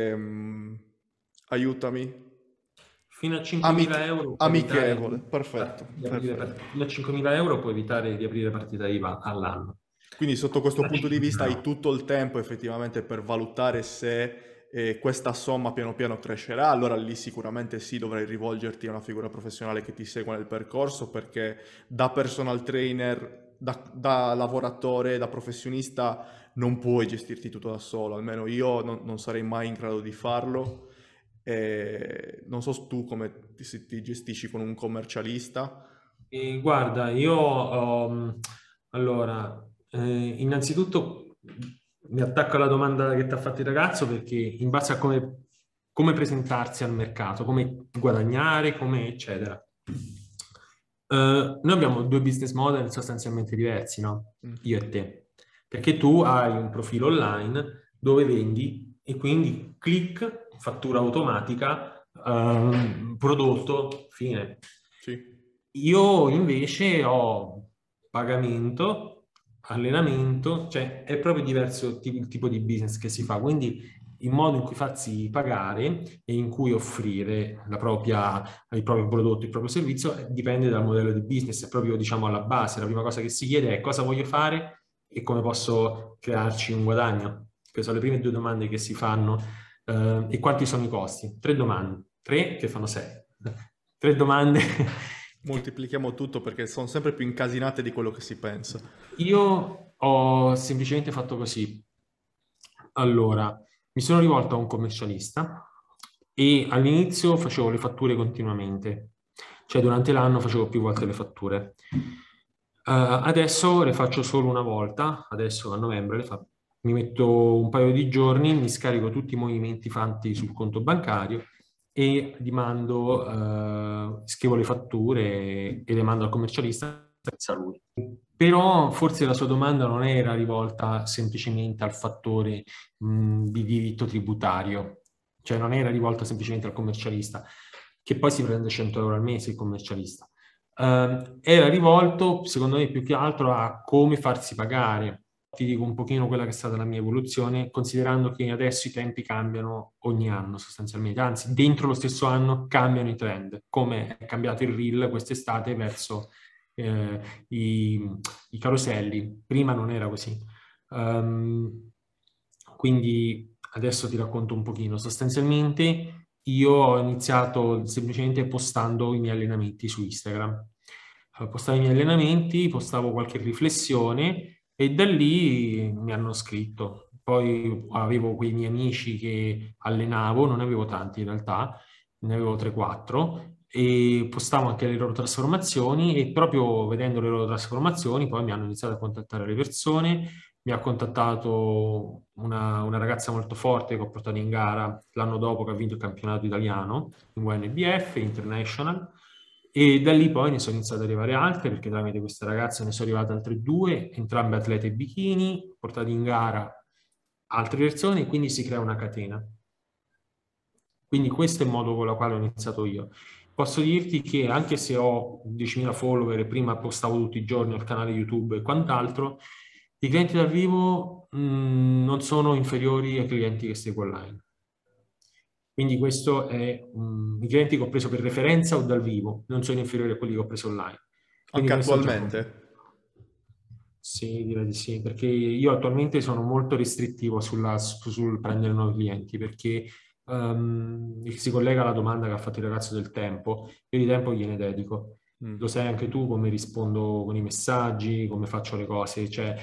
aiutami, Fino a 5.000 euro puoi evitare amichevole. Perfetto, di aprire perfetto. fino a 5.000 euro puoi evitare di aprire partita IVA all'anno. Quindi sotto questo Fino a punto di vista 5.000 hai euro. tutto il tempo effettivamente per valutare se questa somma piano piano crescerà, allora lì sicuramente sì dovrai rivolgerti a una figura professionale che ti segua nel percorso perché da personal trainer, da lavoratore, da professionista non puoi gestirti tutto da solo, almeno io non sarei mai in grado di farlo. Non so tu come ti gestisci con un commercialista. E guarda, allora, innanzitutto mi attacco alla domanda che ti ha fatto il ragazzo perché in base a come presentarsi al mercato, come guadagnare, come eccetera. Noi abbiamo due business model sostanzialmente diversi, no? Mm, Io e te. Perché tu hai un profilo online dove vendi e quindi click, fattura automatica, prodotto, fine. sì. Io invece ho pagamento, allenamento, cioè è proprio diverso il tipo di business che si fa, quindi il modo in cui farsi pagare e in cui offrire il proprio prodotto, il proprio servizio dipende dal modello di business, è proprio diciamo alla base, la prima cosa che si chiede è cosa voglio fare e come posso crearci un guadagno. Queste sono le prime due domande che si fanno. E quanti sono i costi? Tre domande, tre che fanno sei. Tre domande. Moltiplichiamo tutto perché sono sempre più incasinate di quello che si pensa. Io ho semplicemente fatto così. Allora, mi sono rivolto a un commercialista e all'inizio facevo le fatture continuamente, cioè durante l'anno facevo più volte le fatture. Adesso le faccio solo una volta, adesso a novembre mi metto un paio di giorni, mi scarico tutti i movimenti fatti sul conto bancario e gli mando, scrivo le fatture e le mando al commercialista senza lui. Però forse la sua domanda non era rivolta semplicemente al fattore di diritto tributario, cioè non era rivolta semplicemente al commercialista, che poi si prende 100 euro al mese il commercialista. Era rivolto, secondo me, più che altro a come farsi pagare. Ti dico un pochino quella che è stata la mia evoluzione, considerando che adesso i tempi cambiano ogni anno sostanzialmente, anzi dentro lo stesso anno cambiano i trend, come è cambiato il reel quest'estate verso eh, i, i caroselli, prima non era così. Quindi adesso ti racconto un pochino. Sostanzialmente io ho iniziato semplicemente postando i miei allenamenti su Instagram. Postavo i miei allenamenti, postavo qualche riflessione e da lì mi hanno scritto. Poi avevo quei miei amici che allenavo, non ne avevo tanti in realtà, ne avevo 3-4 e postavo anche le loro trasformazioni e proprio vedendo le loro trasformazioni poi mi hanno iniziato a contattare le persone. Mi ha contattato una ragazza molto forte che ho portato in gara l'anno dopo che ha vinto il campionato italiano in UNBF International e da lì poi ne sono iniziate ad arrivare altre perché tramite questa ragazza ne sono arrivate altre due, entrambe atlete bikini, portate in gara altre persone e quindi si crea una catena. Quindi questo è il modo con il quale ho iniziato io. Posso dirti che anche se ho 10.000 follower e prima postavo tutti i giorni al canale YouTube e quant'altro, i clienti dal vivo non sono inferiori ai clienti che seguo online. Quindi questo è i clienti che ho preso per referenza o dal vivo, non sono inferiori a quelli che ho preso online. Quindi Anche questo già conta. attualmente? Sì, direi di sì, perché io attualmente sono molto restrittivo sul prendere nuovi clienti, perché si collega alla domanda che ha fatto il ragazzo del tempo. Io di tempo gliene dedico. Mm. Lo sai anche tu come rispondo con i messaggi, come faccio le cose, cioè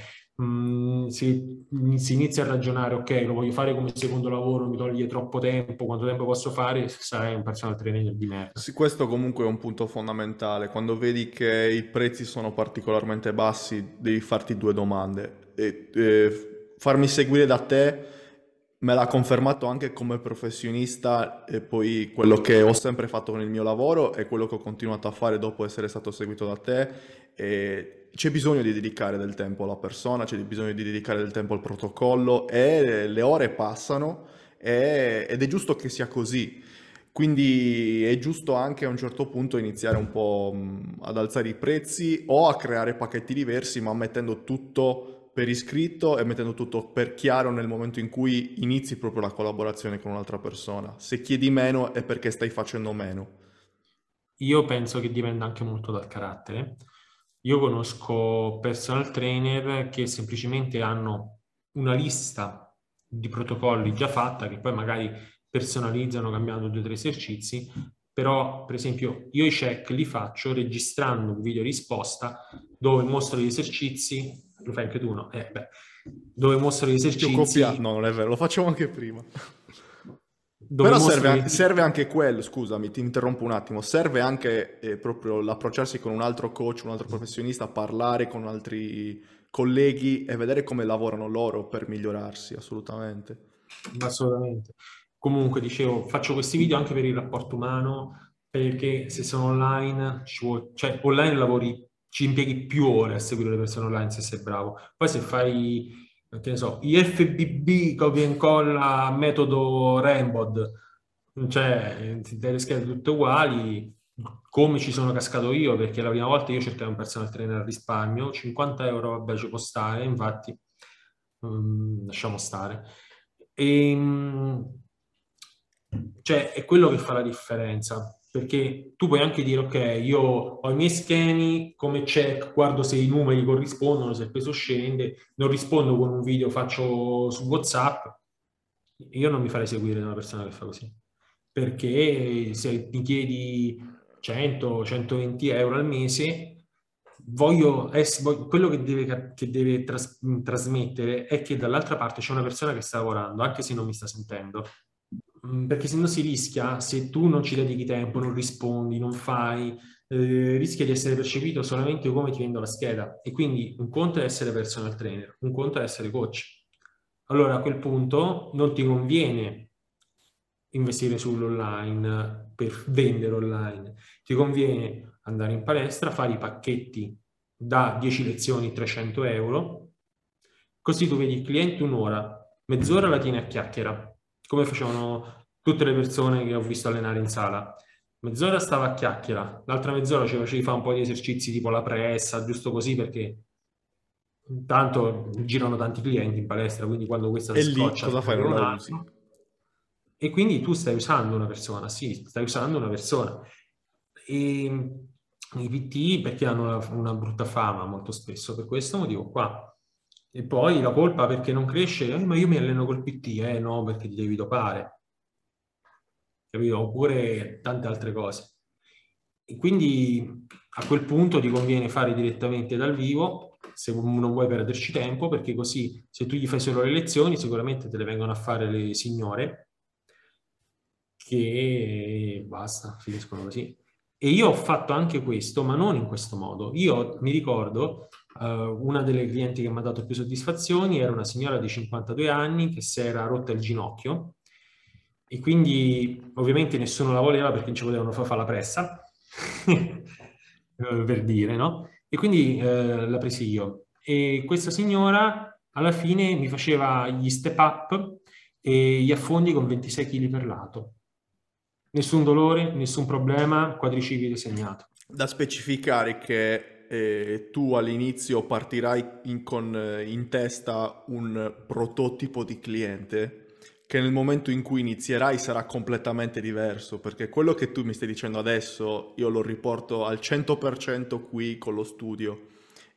si inizia a ragionare, ok, lo voglio fare come secondo lavoro, mi toglie troppo tempo, quanto tempo posso fare? Sarai un personal trainer di merda. Sì, questo comunque è un punto fondamentale. Quando vedi che i prezzi sono particolarmente bassi, devi farti due domande. Farmi seguire da te me l'ha confermato anche come professionista e poi quello che ho sempre fatto con il mio lavoro e quello che ho continuato a fare dopo essere stato seguito da te. E c'è bisogno di dedicare del tempo alla persona, c'è bisogno di dedicare del tempo al protocollo e le ore passano ed è giusto che sia così. Quindi è giusto anche a un certo punto iniziare un po' ad alzare i prezzi o a creare pacchetti diversi, ma mettendo tutto per iscritto e mettendo tutto per chiaro nel momento in cui inizi proprio la collaborazione con un'altra persona. Se chiedi meno è perché stai facendo meno. Io penso che dipenda anche molto dal carattere. Io conosco personal trainer che semplicemente hanno una lista di protocolli già fatta, che poi magari personalizzano cambiando due o tre esercizi, però per esempio io i check li faccio registrando un video risposta dove mostro gli esercizi, lo fai anche tu, no? Dove mostro gli Ti ho copiato, esercizi, no, non è vero, lo facciamo anche prima. dove Però mostro gli serve esercizi. anche quello, scusami, ti interrompo un attimo, serve anche proprio l'approcciarsi con un altro coach, un altro professionista, parlare con altri colleghi e vedere come lavorano loro per migliorarsi, assolutamente. Assolutamente. Comunque, dicevo, faccio questi video anche per il rapporto umano, perché se sono online, cioè online lavori, ci impieghi più ore a seguire le persone online se sei bravo. Poi se fai, che ne so, IFBB, copia e incolla, metodo Rambod, cioè delle schede tutte uguali, come ci sono cascato io, perché la prima volta io cercavo un personal trainer a risparmio, 50 euro, vabbè, ci può stare, infatti, lasciamo stare. E, cioè, è quello che fa la differenza, perché tu puoi anche dire, ok, io ho i miei schemi, come check, guardo se i numeri corrispondono, se il peso scende, non rispondo con un video, faccio su WhatsApp, io non mi farei seguire da una persona che fa così, perché se mi chiedi 100-120 euro al mese, quello che deve trasmettere è che dall'altra parte c'è una persona che sta lavorando, anche se non mi sta sentendo. Perché se no si rischia, se tu non ci dedichi tempo, non rispondi, non fai, rischia di essere percepito solamente come ti vendo la scheda. E quindi un conto è essere personal trainer, un conto è essere coach. Allora a quel punto non ti conviene investire sull'online per vendere online, ti conviene andare in palestra, fare i pacchetti da 10 lezioni 300 euro, così tu vedi il cliente un'ora, mezz'ora la tieni a chiacchiera, come facevano tutte le persone che ho visto allenare in sala. Mezz'ora stava a chiacchiera, l'altra mezz'ora ci facevi fare un po' di esercizi tipo la pressa, giusto così perché intanto girano tanti clienti in palestra, quindi quando questa E si lì scoccia cosa se ne fai? vuole Non un la usi? altro. E quindi tu stai usando una persona, sì, stai usando una persona. E i PT perché hanno una brutta fama molto spesso, per questo motivo qua. E poi la colpa perché non cresce, ma io mi alleno col PT, no, perché ti devi dopare, capito? Oppure tante altre cose. E quindi a quel punto ti conviene fare direttamente dal vivo se non vuoi perderci tempo, perché così se tu gli fai solo le lezioni, sicuramente te le vengono a fare le signore che basta, finiscono così. E io ho fatto anche questo, ma non in questo modo. Io mi ricordo, una delle clienti che mi ha dato più soddisfazioni era una signora di 52 anni che si era rotta il ginocchio e quindi ovviamente nessuno la voleva perché non ci potevano fare la pressa, per dire, no? E quindi la presi io. E questa signora alla fine mi faceva gli step up e gli affondi con 26 kg per lato. Nessun dolore, nessun problema, quadricipite segnato. Da specificare che tu all'inizio partirai in testa un prototipo di cliente che nel momento in cui inizierai sarà completamente diverso, perché quello che tu mi stai dicendo adesso io lo riporto al 100% qui con lo studio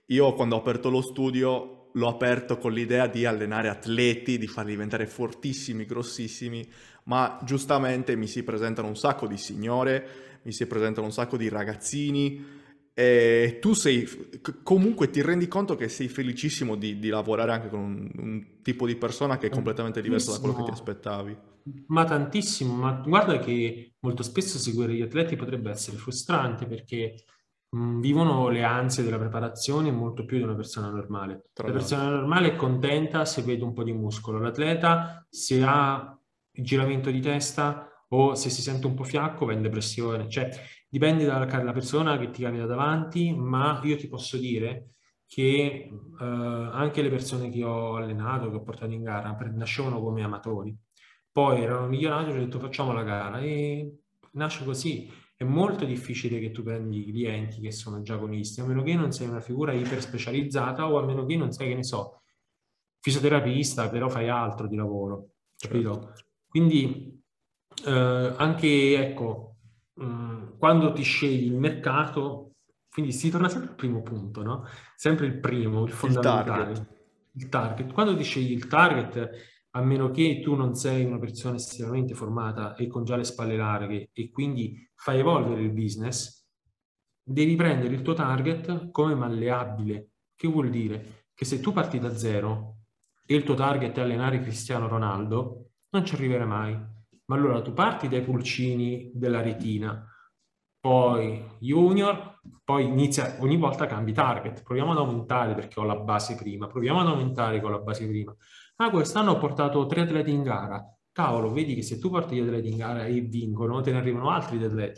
io quando ho aperto lo studio l'ho aperto con l'idea di allenare atleti, di farli diventare fortissimi, grossissimi, ma giustamente mi si presentano un sacco di signore, mi si presentano un sacco di ragazzini e tu sei, comunque ti rendi conto che sei felicissimo di lavorare anche con un tipo di persona che è completamente diverso da quello che ti Tantissimo, aspettavi. ma tantissimo, ma guarda che molto spesso seguire gli atleti potrebbe essere frustrante perché vivono le ansie della preparazione molto più di una persona normale. Tra La persona l'altro. normale è contenta se vede un po' di muscolo, l'atleta se ha il giramento di testa o se si sente un po' fiacco va in depressione, cioè dipende dalla persona che ti capita davanti, ma io ti posso dire che anche le persone che ho allenato, che ho portato in gara, nascevano come amatori. Poi erano migliorati, ho detto facciamo la gara e nasce così. È molto difficile che tu prendi clienti che sono già agonisti, a meno che non sei una figura iper specializzata o a meno che non sei, che ne so, fisioterapista, però fai altro di lavoro, Certo. capito? Quindi anche, ecco, quando ti scegli il mercato, quindi si torna sempre al primo punto, no? Sempre il primo, il Il target. fondamentale, il target. Quando ti scegli il target, a meno che tu non sei una persona estremamente formata e con già le spalle larghe e quindi fai evolvere il business, devi prendere il tuo target come malleabile. Che vuol dire? Che se tu parti da zero e il tuo target è allenare Cristiano Ronaldo, non ci arriverai mai. Ma allora tu parti dai pulcini della retina, poi junior, poi inizia, ogni volta cambi target, proviamo ad aumentare perché ho la base prima, proviamo ad aumentare con la base prima. Ah, quest'anno ho portato 3 atleti in gara. Cavolo, vedi che se tu porti gli atleti in gara e vincono, te ne arrivano altri atleti.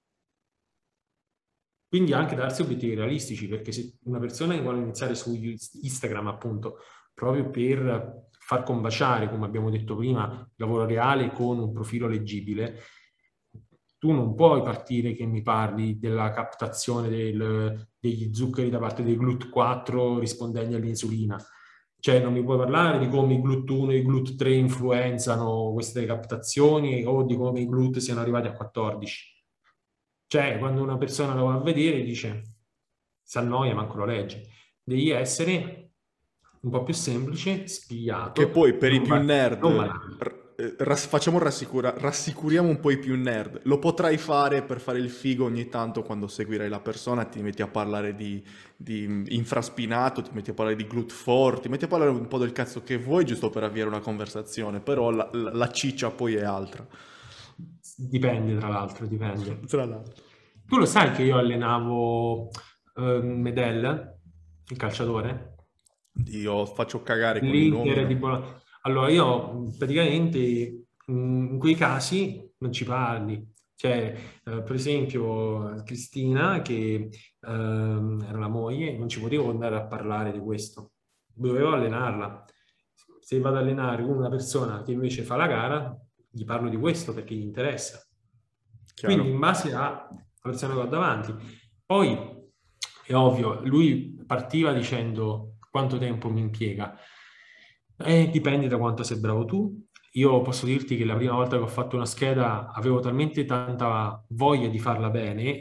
Quindi anche darsi obiettivi realistici, perché se una persona che vuole iniziare su Instagram, appunto, proprio per far combaciare, come abbiamo detto prima, il lavoro reale con un profilo leggibile, tu non puoi partire che mi parli della captazione degli zuccheri da parte dei GLUT4 rispondenti all'insulina. Cioè non mi puoi parlare di come i GLUT1 e i GLUT3 influenzano queste captazioni o di come i GLUT siano arrivati a 14. Cioè, quando una persona lo va a vedere dice, si annoia, manco lo legge. Devi essere un po' più semplice, Che spigliato, poi per i non, più nerd, non banale. facciamo rassicuriamo un po' i più nerd. Lo potrai fare per fare il figo ogni tanto quando seguirai la persona, ti metti a parlare di infraspinato, ti metti a parlare di glute ti metti a parlare un po' del cazzo che vuoi giusto per avviare una conversazione, però la ciccia poi è altra. Dipende, tra l'altro, dipende. Tra l'altro. Tu lo sai che io allenavo Medel, il calciatore? Io faccio cagare con i nomi, L'Inter di ma... Bologna. Allora, io praticamente in quei casi non ci parli. Cioè, per esempio, Cristina, che era la moglie, non ci potevo andare a parlare di questo. Dovevo allenarla. Se vado ad allenare una persona che invece fa la gara, gli parlo di questo perché gli interessa. Quindi, Chiaro. in base alla persona che ho davanti. Poi, è ovvio, lui partiva dicendo quanto tempo mi impiega. Dipende da quanto sei bravo tu. Io posso dirti che la prima volta che ho fatto una scheda avevo talmente tanta voglia di farla bene,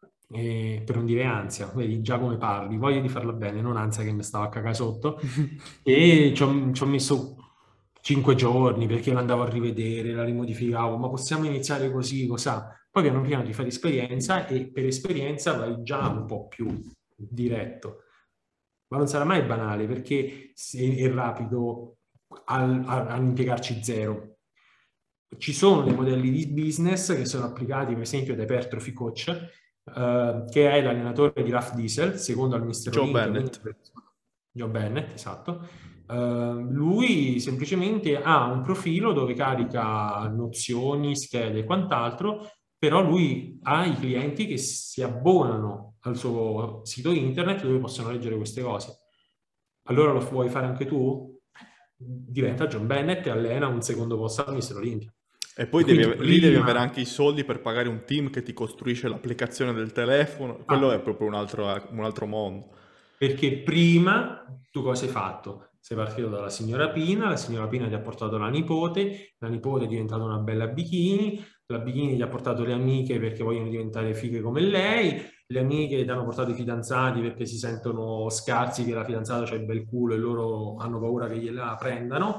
per non dire ansia, vedi già come parli, voglia di farla bene, non ansia che mi stava a cagare sotto, e ci ho messo 5 giorni perché l'andavo a rivedere, la rimodificavo, ma possiamo iniziare così, cos'ha? Poi piano piano ti fai esperienza e per esperienza vai già un po' più diretto. Ma non sarà mai banale perché se è rapido all'impiegarci zero. Ci sono dei modelli di business che sono applicati, per esempio, da Hypertrophy Coach, che è l'allenatore di Raf Diesel, secondo al Mister Joe Olympia, quindi Bennett. Joe Bennett, esatto. Lui semplicemente ha un profilo dove carica nozioni, schede e quant'altro, però lui ha i clienti che si abbonano al suo sito internet dove possono leggere queste cose. Allora lo vuoi fare anche tu? Diventa John Bennett e allena un secondo posto al Mister Olympia. E E poi quindi lì devi avere prima, anche i soldi per pagare un team che ti costruisce l'applicazione del telefono. Quello è ah, proprio un altro mondo. perché prima tu cosa hai fatto? Sei partito dalla signora Pina, la signora Pina ti ha portato la nipote è diventata una bella bikini, la bikini gli ha portato le amiche perché vogliono diventare fighe come lei, le amiche ti hanno portato i fidanzati perché si sentono scarsi che la fidanzata c'ha il bel culo e loro hanno paura che gliela prendano.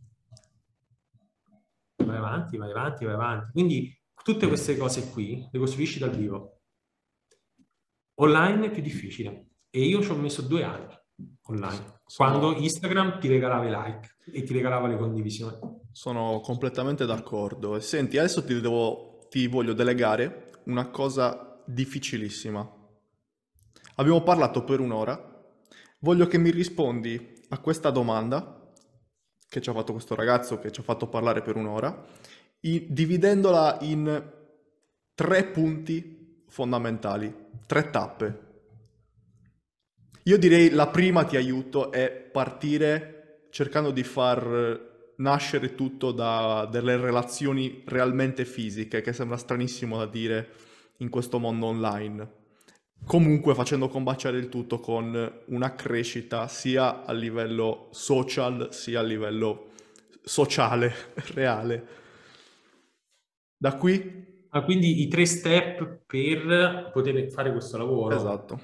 Vai avanti, vai avanti, vai avanti. Quindi tutte queste cose qui le costruisci dal vivo. Online è più difficile e io ci ho messo 2 anni online, quando Instagram ti regalava i like e ti regalava le condivisioni. Sono completamente d'accordo. E senti, adesso ti voglio delegare una cosa difficilissima. Abbiamo parlato per un'ora. Voglio che mi rispondi a questa domanda che ci ha fatto questo ragazzo che ci ha fatto parlare per un'ora, dividendola in 3 punti fondamentali, 3 tappe. Io direi la prima, ti aiuto, è partire cercando di far nascere tutto da delle relazioni realmente fisiche, che sembra stranissimo da dire in questo mondo online. Comunque facendo combaciare il tutto con una crescita sia a livello social sia a livello sociale, reale. Da qui? Quindi i 3 step per poter fare questo lavoro. Esatto.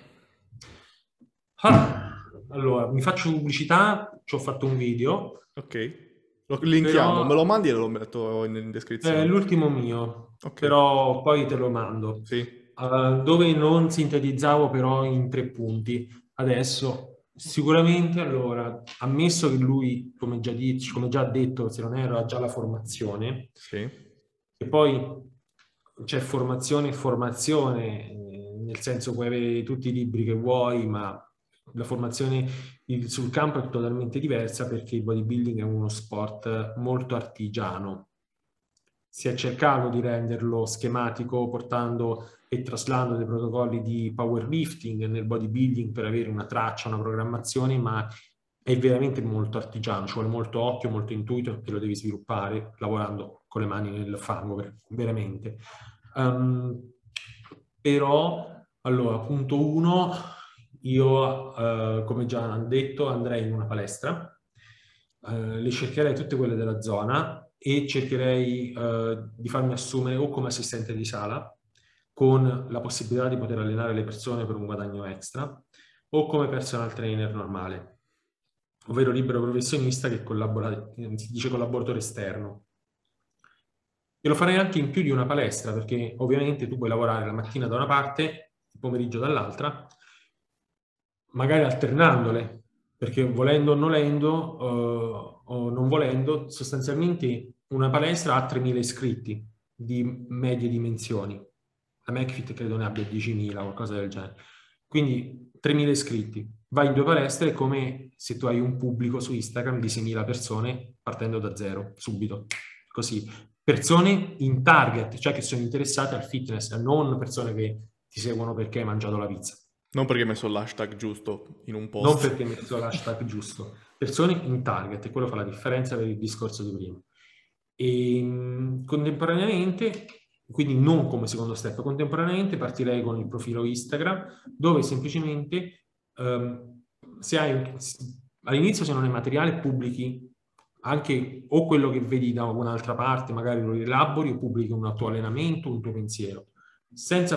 Allora, mi faccio pubblicità, ci ho fatto un video. Ok. Lo linkiamo, però, me lo mandi e lo metto in descrizione. È l'ultimo mio, Ok. però poi te lo mando. Sì. Dove non sintetizzavo però in 3 punti. Adesso, sicuramente, allora, ammesso che lui, come già detto, se non era già la formazione, Sì. e poi c'è formazione e formazione, nel senso puoi avere tutti i libri che vuoi, ma la formazione sul campo è totalmente diversa perché il bodybuilding è uno sport molto artigiano. Si è cercato di renderlo schematico portando e traslando dei protocolli di powerlifting nel bodybuilding per avere una traccia, una programmazione, ma è veramente molto artigiano, ci vuole molto occhio, molto intuito e lo devi sviluppare lavorando con le mani nel fango, veramente. Però, allora, punto 1, io, come già detto, andrei in una palestra, le cercherei tutte quelle della zona e cercherei di farmi assumere o come assistente di sala, con la possibilità di poter allenare le persone per un guadagno extra, o come personal trainer normale, ovvero libero professionista che collabora, si dice collaboratore esterno. E lo farei anche in più di una palestra, perché ovviamente tu puoi lavorare la mattina da una parte, il pomeriggio dall'altra, magari alternandole, perché volendo o nolendo, o non volendo, sostanzialmente una palestra ha 3.000 iscritti di medie dimensioni. La McFit credo ne abbia 10.000, qualcosa del genere. Quindi 3.000 iscritti. Vai in 2 palestre, è come se tu hai un pubblico su Instagram di 6.000 persone partendo da zero, subito. Così. Persone in target, cioè che sono interessate al fitness, non persone che ti seguono perché hai mangiato la pizza. Non perché hai messo l'hashtag giusto in un Non post. perché hai messo l'hashtag giusto. Persone in target, e quello fa la differenza per il discorso di prima. E contemporaneamente, quindi non come secondo step, contemporaneamente partirei con il profilo Instagram, dove semplicemente se hai, all'inizio se non hai materiale pubblichi anche o quello che vedi da un'altra parte, magari lo rielabori o pubblichi un tuo allenamento, un tuo pensiero, senza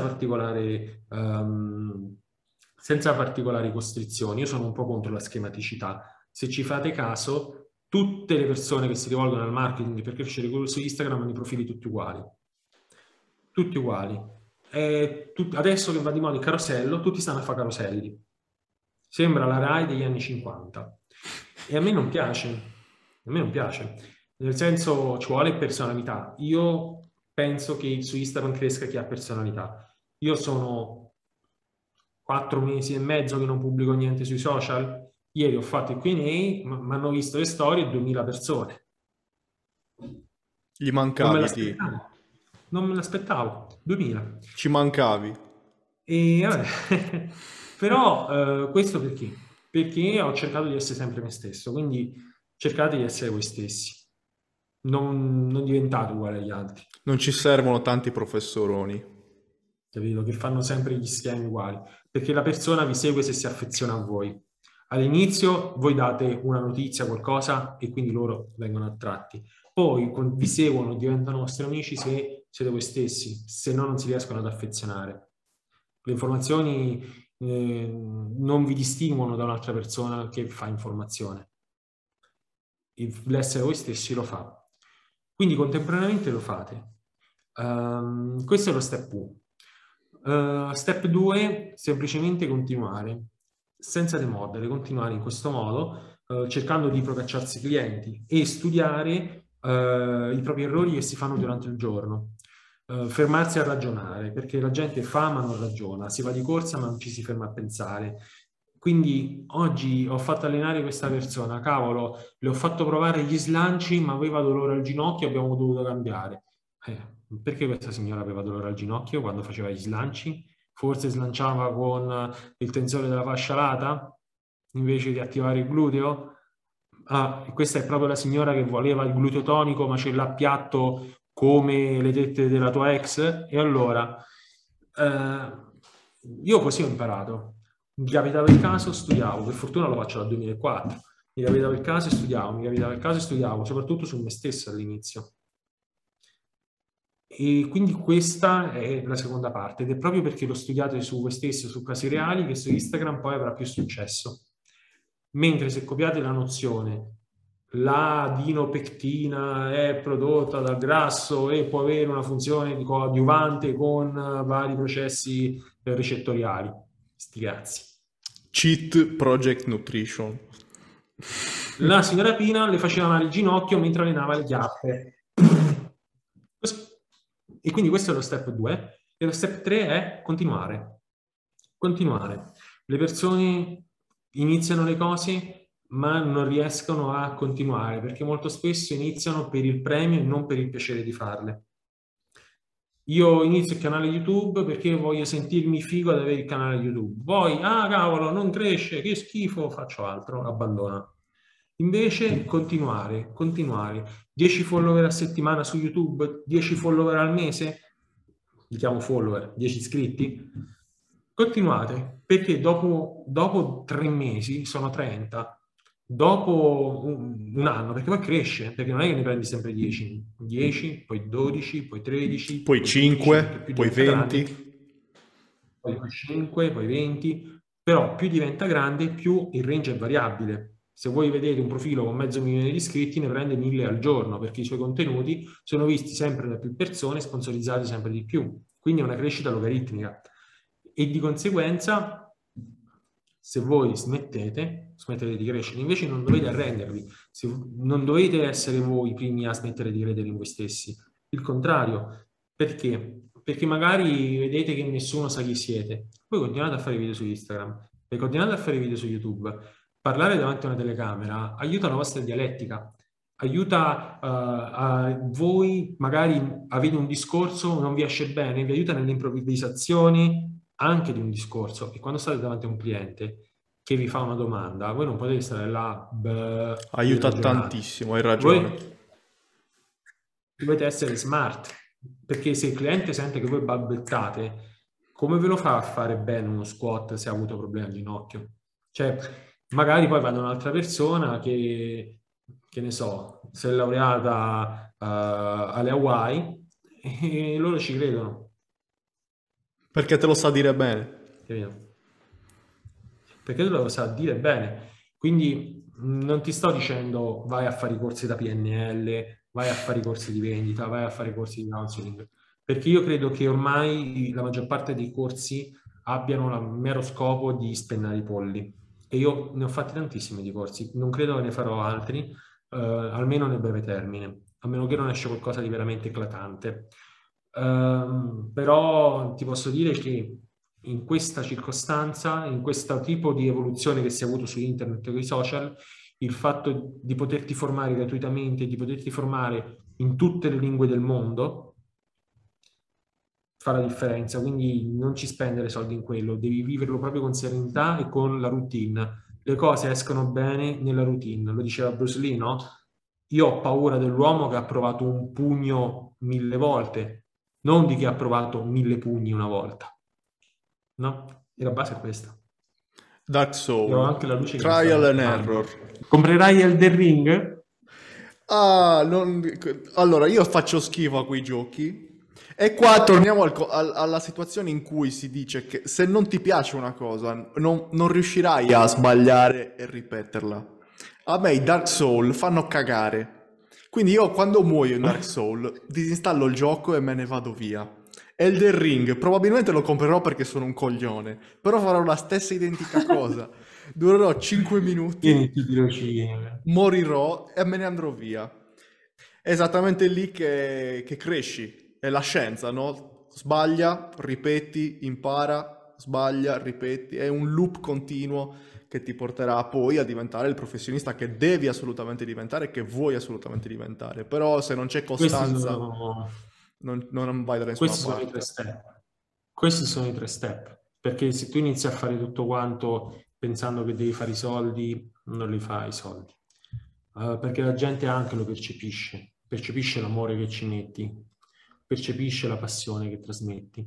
particolari costrizioni. Io sono un po' contro la schematicità. Se ci fate caso, tutte le persone che si rivolgono al marketing per crescere su Instagram hanno i profili tutti uguali. Tutti uguali. Adesso che va di moda il carosello, tutti stanno a fare caroselli. Sembra la Rai degli anni 50. E a me non piace. A me non piace. Nel senso, ci vuole personalità. Io penso che su Instagram cresca chi ha personalità. Io sono 4 mesi e mezzo che non pubblico niente sui social. Ieri ho fatto il Q&A, mi hanno visto le storie 2000 persone. Gli Non me mancavi, l'aspettavo. Non me l'aspettavo. 2000. Ci mancavi. E vabbè. Però questo perché? Perché ho cercato di essere sempre me stesso, quindi cercate di essere voi stessi. Non diventate uguali agli altri, Non ci servono tanti professoroni. capito? Che fanno sempre gli schemi uguali, perché la persona vi segue se si affeziona a voi. All'inizio voi date una notizia, qualcosa, e quindi loro vengono attratti. Poi vi seguono, diventano vostri amici se siete voi stessi, se no non si riescono ad affezionare. Le informazioni non vi distinguono da un'altra persona che fa informazione. L'essere voi stessi lo fa. Quindi contemporaneamente lo fate. Questo è lo step 1. Step 2, semplicemente continuare, senza demordere, continuare in questo modo, cercando di procacciarsi clienti e studiare i propri errori che si fanno durante il giorno. Fermarsi a ragionare, perché la gente fa ma non ragiona, si va di corsa ma non ci si ferma a pensare. Quindi oggi ho fatto allenare questa persona, cavolo, le ho fatto provare gli slanci ma aveva dolore al ginocchio, abbiamo dovuto cambiare. Perché questa signora aveva dolore al ginocchio quando faceva gli slanci? Forse slanciava con il tensore della fascia lata invece di attivare il gluteo? Ah, questa è proprio la signora che voleva il gluteo tonico ma ce l'ha piatto come le tette della tua ex? E allora, io così ho imparato. Mi capitava il caso, studiavo, per fortuna lo faccio dal 2004. Mi capitava il caso e studiavo, mi capitava il caso e studiavo, soprattutto su me stesso all'inizio. E quindi questa è la seconda parte ed è proprio perché lo studiate su voi stesso, su casi reali, che su Instagram poi avrà più successo. Mentre se copiate la nozione, la dinopectina è prodotta dal grasso e può avere una funzione di coadiuvante con vari processi ricettoriali, sti cazzi. Cheat Project Nutrition. La signora Pina le faceva male il ginocchio mentre allenava le chiappe. E quindi questo è lo step 2. E lo step 3 è continuare. Continuare. Le persone iniziano le cose ma non riescono a continuare perché molto spesso iniziano per il premio e non per il piacere di farle. Io inizio il canale YouTube perché voglio sentirmi figo ad avere il canale YouTube. Poi, cavolo, non cresce, che schifo, faccio altro, abbandono. Invece continuare. 10 follower a settimana su YouTube, 10 follower al mese, li chiamo follower, 10 iscritti. Continuate, perché dopo 3 mesi sono 30, dopo un anno, perché poi cresce, perché non è che ne prendi sempre 10, poi 12, poi 13, poi 5, 15, poi 20. poi 5, poi 20, però più diventa grande, più il range è variabile. Se voi vedete un profilo con 500.000 di iscritti, ne prende 1000 al giorno, perché i suoi contenuti sono visti sempre da più persone, sponsorizzati sempre di più. Quindi è una crescita logaritmica. E di conseguenza, se voi smettete di crescere, invece non dovete arrendervi, non dovete essere voi i primi a smettere di credere in voi stessi. Il contrario, perché? Perché magari vedete che nessuno sa chi siete. Voi continuate a fare video su Instagram e continuate a fare video su YouTube. Parlare davanti a una telecamera aiuta la vostra dialettica, aiuta a voi, magari avete un discorso, non vi esce bene, vi aiuta nelle improvvisazioni anche di un discorso. E quando state davanti a un cliente che vi fa una domanda, voi non potete stare là, aiuta tantissimo, hai ragione. Voi dovete essere smart, perché se il cliente sente che voi balbettate, come ve lo fa a fare bene uno squat se ha avuto problemi al ginocchio? Cioè, magari poi vado un'altra persona che ne so, si è laureata alle Hawaii e loro ci credono. Perché te lo sa dire bene. Capito? Perché tu lo sai dire bene. Quindi non ti sto dicendo vai a fare i corsi da PNL, vai a fare i corsi di vendita, vai a fare i corsi di counseling, perché io credo che ormai la maggior parte dei corsi abbiano il mero scopo di spennare i polli. E io ne ho fatti tantissimi di corsi, non credo che ne farò altri, almeno nel breve termine, a meno che non esce qualcosa di veramente eclatante. Però ti posso dire che in questa circostanza, in questo tipo di evoluzione che si è avuto su internet e sui social, il fatto di poterti formare gratuitamente, di poterti formare in tutte le lingue del mondo, fa la differenza. Quindi non ci spendere soldi in quello, devi viverlo proprio con serenità e con la routine. Le cose escono bene nella routine, lo diceva Bruce Lee, no? Io ho paura dell'uomo che ha provato un pugno 1000 volte, non di chi ha provato 1000 pugni una volta. No? E la base è questa. Dark E ho Soul, anche la luce che mi Trial sta and chiamando. Error. Comprerai Elden Ring? Allora io faccio schifo a quei giochi, E qua torniamo alla situazione in cui si dice che se non ti piace una cosa, non riuscirai a sbagliare e ripeterla. A me i Dark Soul fanno cagare. Quindi io quando muoio in Dark Soul disinstallo il gioco e me ne vado via. Elden Ring probabilmente lo comprerò perché sono un coglione, però farò la stessa identica cosa. Durerò 5 Tieni minuti, tutti i tirocini. morirò e me ne andrò via. È esattamente lì che cresci, è la scienza, no? Sbaglia, ripeti, impara, sbaglia, ripeti, è un loop continuo che ti porterà poi a diventare il professionista che devi assolutamente diventare, che vuoi assolutamente diventare. Però se non c'è Questi costanza, sono, non vai da nessuna questi sono i tre parte. step. Questi sono i tre step. Perché se tu inizi a fare tutto quanto pensando che devi fare i soldi, non li fai i soldi. Perché la gente anche lo percepisce, percepisce l'amore che ci metti, percepisce la passione che trasmetti.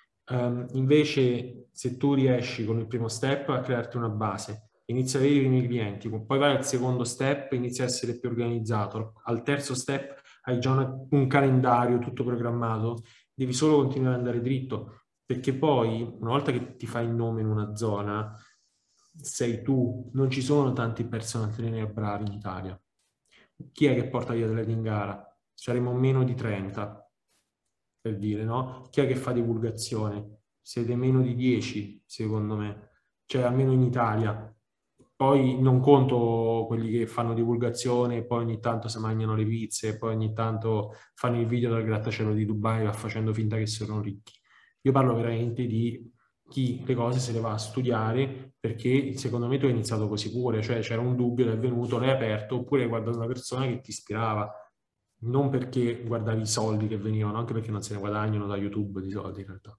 Invece, se tu riesci con il primo step a crearti una base, inizi a avere i primi clienti, poi vai al secondo step, inizi a essere più organizzato, al terzo step hai già un calendario tutto programmato, devi solo continuare ad andare dritto, perché poi una volta che ti fai il nome in una zona, sei tu, non ci sono tanti personal trainer bravi in Italia. Chi è che porta gli atleti in gara? Saremo meno di 30, per dire, no? Chi è che fa divulgazione? Siete meno di 10, secondo me, cioè almeno in Italia. Poi non conto quelli che fanno divulgazione, poi ogni tanto si mangiano le pizze, poi ogni tanto fanno il video dal grattacielo di Dubai facendo finta che sono ricchi. Io parlo veramente di chi le cose se le va a studiare, perché secondo me tu hai iniziato così pure, cioè c'era un dubbio, l'hai venuto, l'hai aperto, oppure hai guardato una persona che ti ispirava, non perché guardavi i soldi che venivano, anche perché non se ne guadagnano da YouTube di soldi in realtà.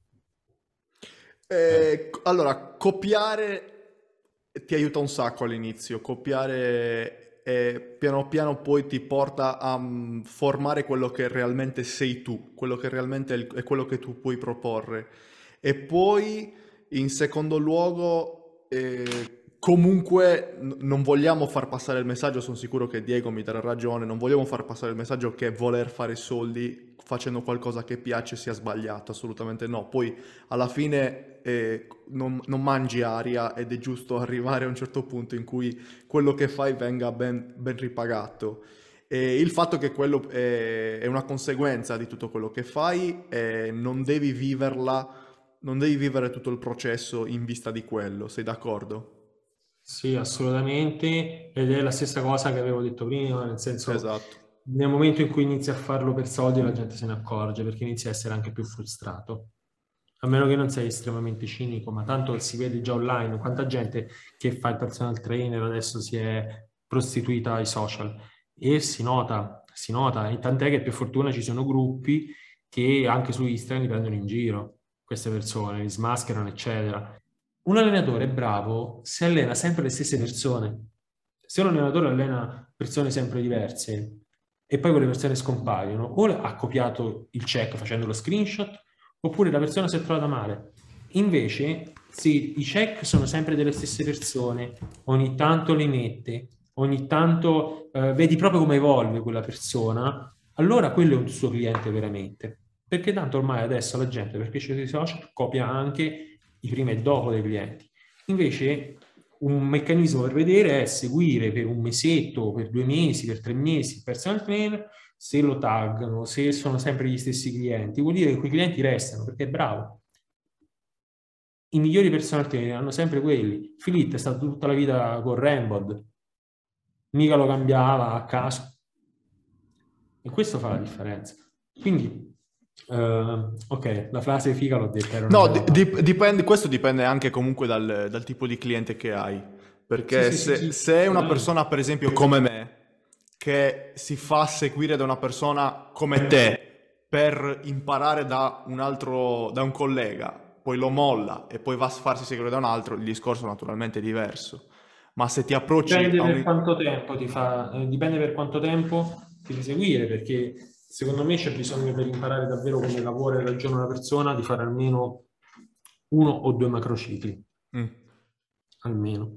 Allora, copiare ti aiuta un sacco all'inizio, copiare piano piano poi ti porta a formare quello che realmente sei tu, quello che realmente è quello che tu puoi proporre. E poi, in secondo luogo, comunque non vogliamo far passare il messaggio, sono sicuro che Diego mi darà ragione, non vogliamo far passare il messaggio che voler fare soldi facendo qualcosa che piace sia sbagliato, assolutamente no. Poi alla fine non mangi aria ed è giusto arrivare a un certo punto in cui quello che fai venga ben ripagato. E il fatto che quello è una conseguenza di tutto quello che fai, non devi viverla, non devi vivere tutto il processo in vista di quello, sei d'accordo? Sì, assolutamente, ed è la stessa cosa che avevo detto prima, nel senso, Esatto. nel momento in cui inizi a farlo per soldi la gente se ne accorge, perché inizi a essere anche più frustrato. A meno che non sei estremamente cinico, ma tanto si vede già online, quanta gente che fa il personal trainer adesso si è prostituita ai social e si nota, e tant'è che per fortuna ci sono gruppi che anche su Instagram li prendono in giro, queste persone, li smascherano, eccetera. Un allenatore bravo si allena sempre le stesse persone. Se un allenatore allena persone sempre diverse e poi quelle persone scompaiono, o ha copiato il check facendo lo screenshot, oppure la persona si è trovata male. Invece, se i check sono sempre delle stesse persone, ogni tanto le mette, ogni tanto vedi proprio come evolve quella persona, allora quello è un suo cliente veramente. Perché tanto ormai adesso la gente, perché c'è sui social, copia anche i prima e dopo dei clienti. Invece un meccanismo per vedere è seguire per un mesetto, per 2 mesi, per 3 mesi il personal trainer, se lo taggano, se sono sempre gli stessi clienti, vuol dire che quei clienti restano perché è bravo. I migliori personal trainer hanno sempre quelli. Filippo è stato tutta la vita con Rambod, mica lo cambiava a caso. E questo fa la differenza. Quindi, ok, la frase figa l'ho detta, era una No, bella parte. questo dipende anche comunque dal tipo di cliente che hai. Sì, Perché sì, sì, se, sì, se è una assolutamente. persona, per esempio, come me, che si fa seguire da una persona come te per imparare da un altro, da un collega, poi lo molla e poi va a farsi seguire da un altro, il discorso naturalmente è diverso. Ma se ti approcci Dipende a per un... quanto tempo ti fa, dipende per quanto tempo ti devi seguire, perché secondo me c'è bisogno per imparare davvero come lavora e ragiona una persona di fare almeno 1 o 2 macrocicli, Mm. almeno.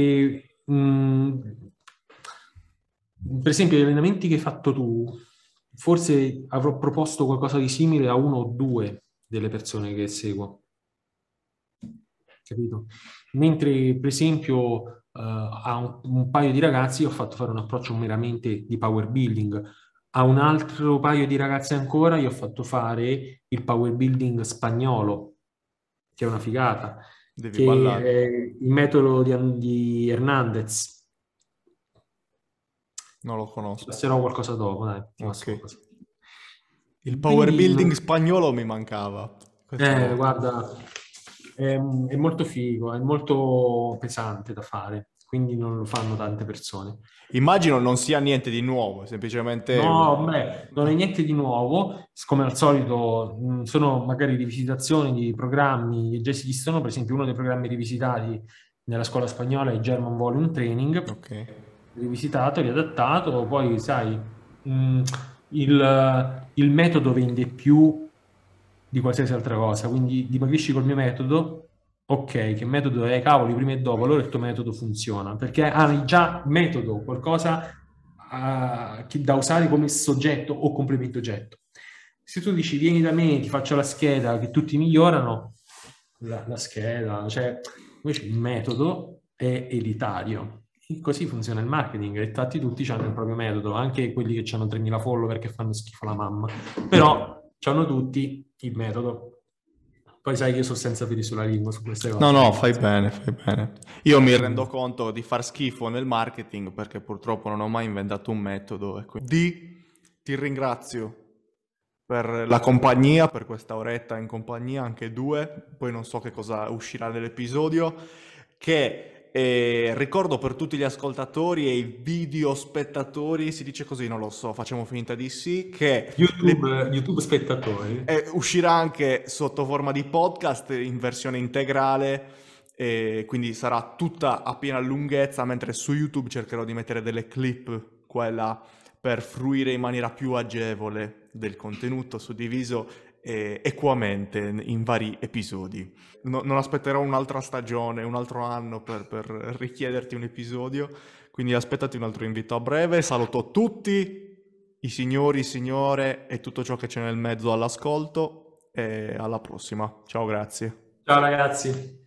Perché, per esempio, gli allenamenti che hai fatto tu forse avrò proposto qualcosa di simile a uno o due delle persone che seguo, capito? Mentre, per esempio, a un paio di ragazzi ho fatto fare un approccio meramente di power building, a un altro paio di ragazzi ancora gli ho fatto fare il power building spagnolo, che è una figata, Devi che ballare. è il metodo di Hernandez. Non lo Ti conosco. passerò qualcosa dopo, dai, ti Ok. passo qualcosa. Il power Quindi, building spagnolo mi mancava. Questo... guarda, è molto figo, è molto pesante da fare, quindi non lo fanno tante persone. Immagino non sia niente di nuovo, semplicemente No, beh, non è niente di nuovo, come al solito sono magari rivisitazioni di programmi che già esistono, per esempio uno dei programmi rivisitati nella scuola spagnola è il German Volume Training, ok. rivisitato, riadattato, poi sai, mh, il metodo vende più di qualsiasi altra cosa, quindi dimagrisci col mio metodo, ok, che metodo è? Cavoli, prima e dopo, allora il tuo metodo funziona, perché hai già metodo, qualcosa da usare come soggetto o complemento oggetto. Se tu dici vieni da me, ti faccio la scheda che tutti migliorano, la scheda, cioè invece il metodo è elitario. E così funziona il marketing, e infatti tutti hanno il proprio metodo, anche quelli che hanno 3.000 follower che fanno schifo alla mamma, però hanno tutti il metodo. Poi sai che io sono senza fili sulla lingua su queste No, cose, no, quindi fai bene, fai bene. Io mi rendo quindi- conto di far schifo nel marketing perché purtroppo non ho mai inventato un metodo. E quindi ti ringrazio per la compagnia, per questa oretta in compagnia, anche due, poi non so che cosa uscirà dell'episodio, che ricordo per tutti gli ascoltatori e i video spettatori, si dice così, non lo so, facciamo finta di sì, che YouTube spettatori. uscirà anche sotto forma di podcast in versione integrale, quindi sarà tutta a piena lunghezza, mentre su YouTube cercherò di mettere delle clip, quella per fruire in maniera più agevole del contenuto suddiviso equamente in vari episodi. Non aspetterò un'altra stagione, un altro anno per richiederti un episodio, quindi aspettati un altro invito a breve. Saluto tutti i signori, signore e tutto ciò che c'è nel mezzo all'ascolto e alla prossima. Ciao, grazie. Ciao ragazzi.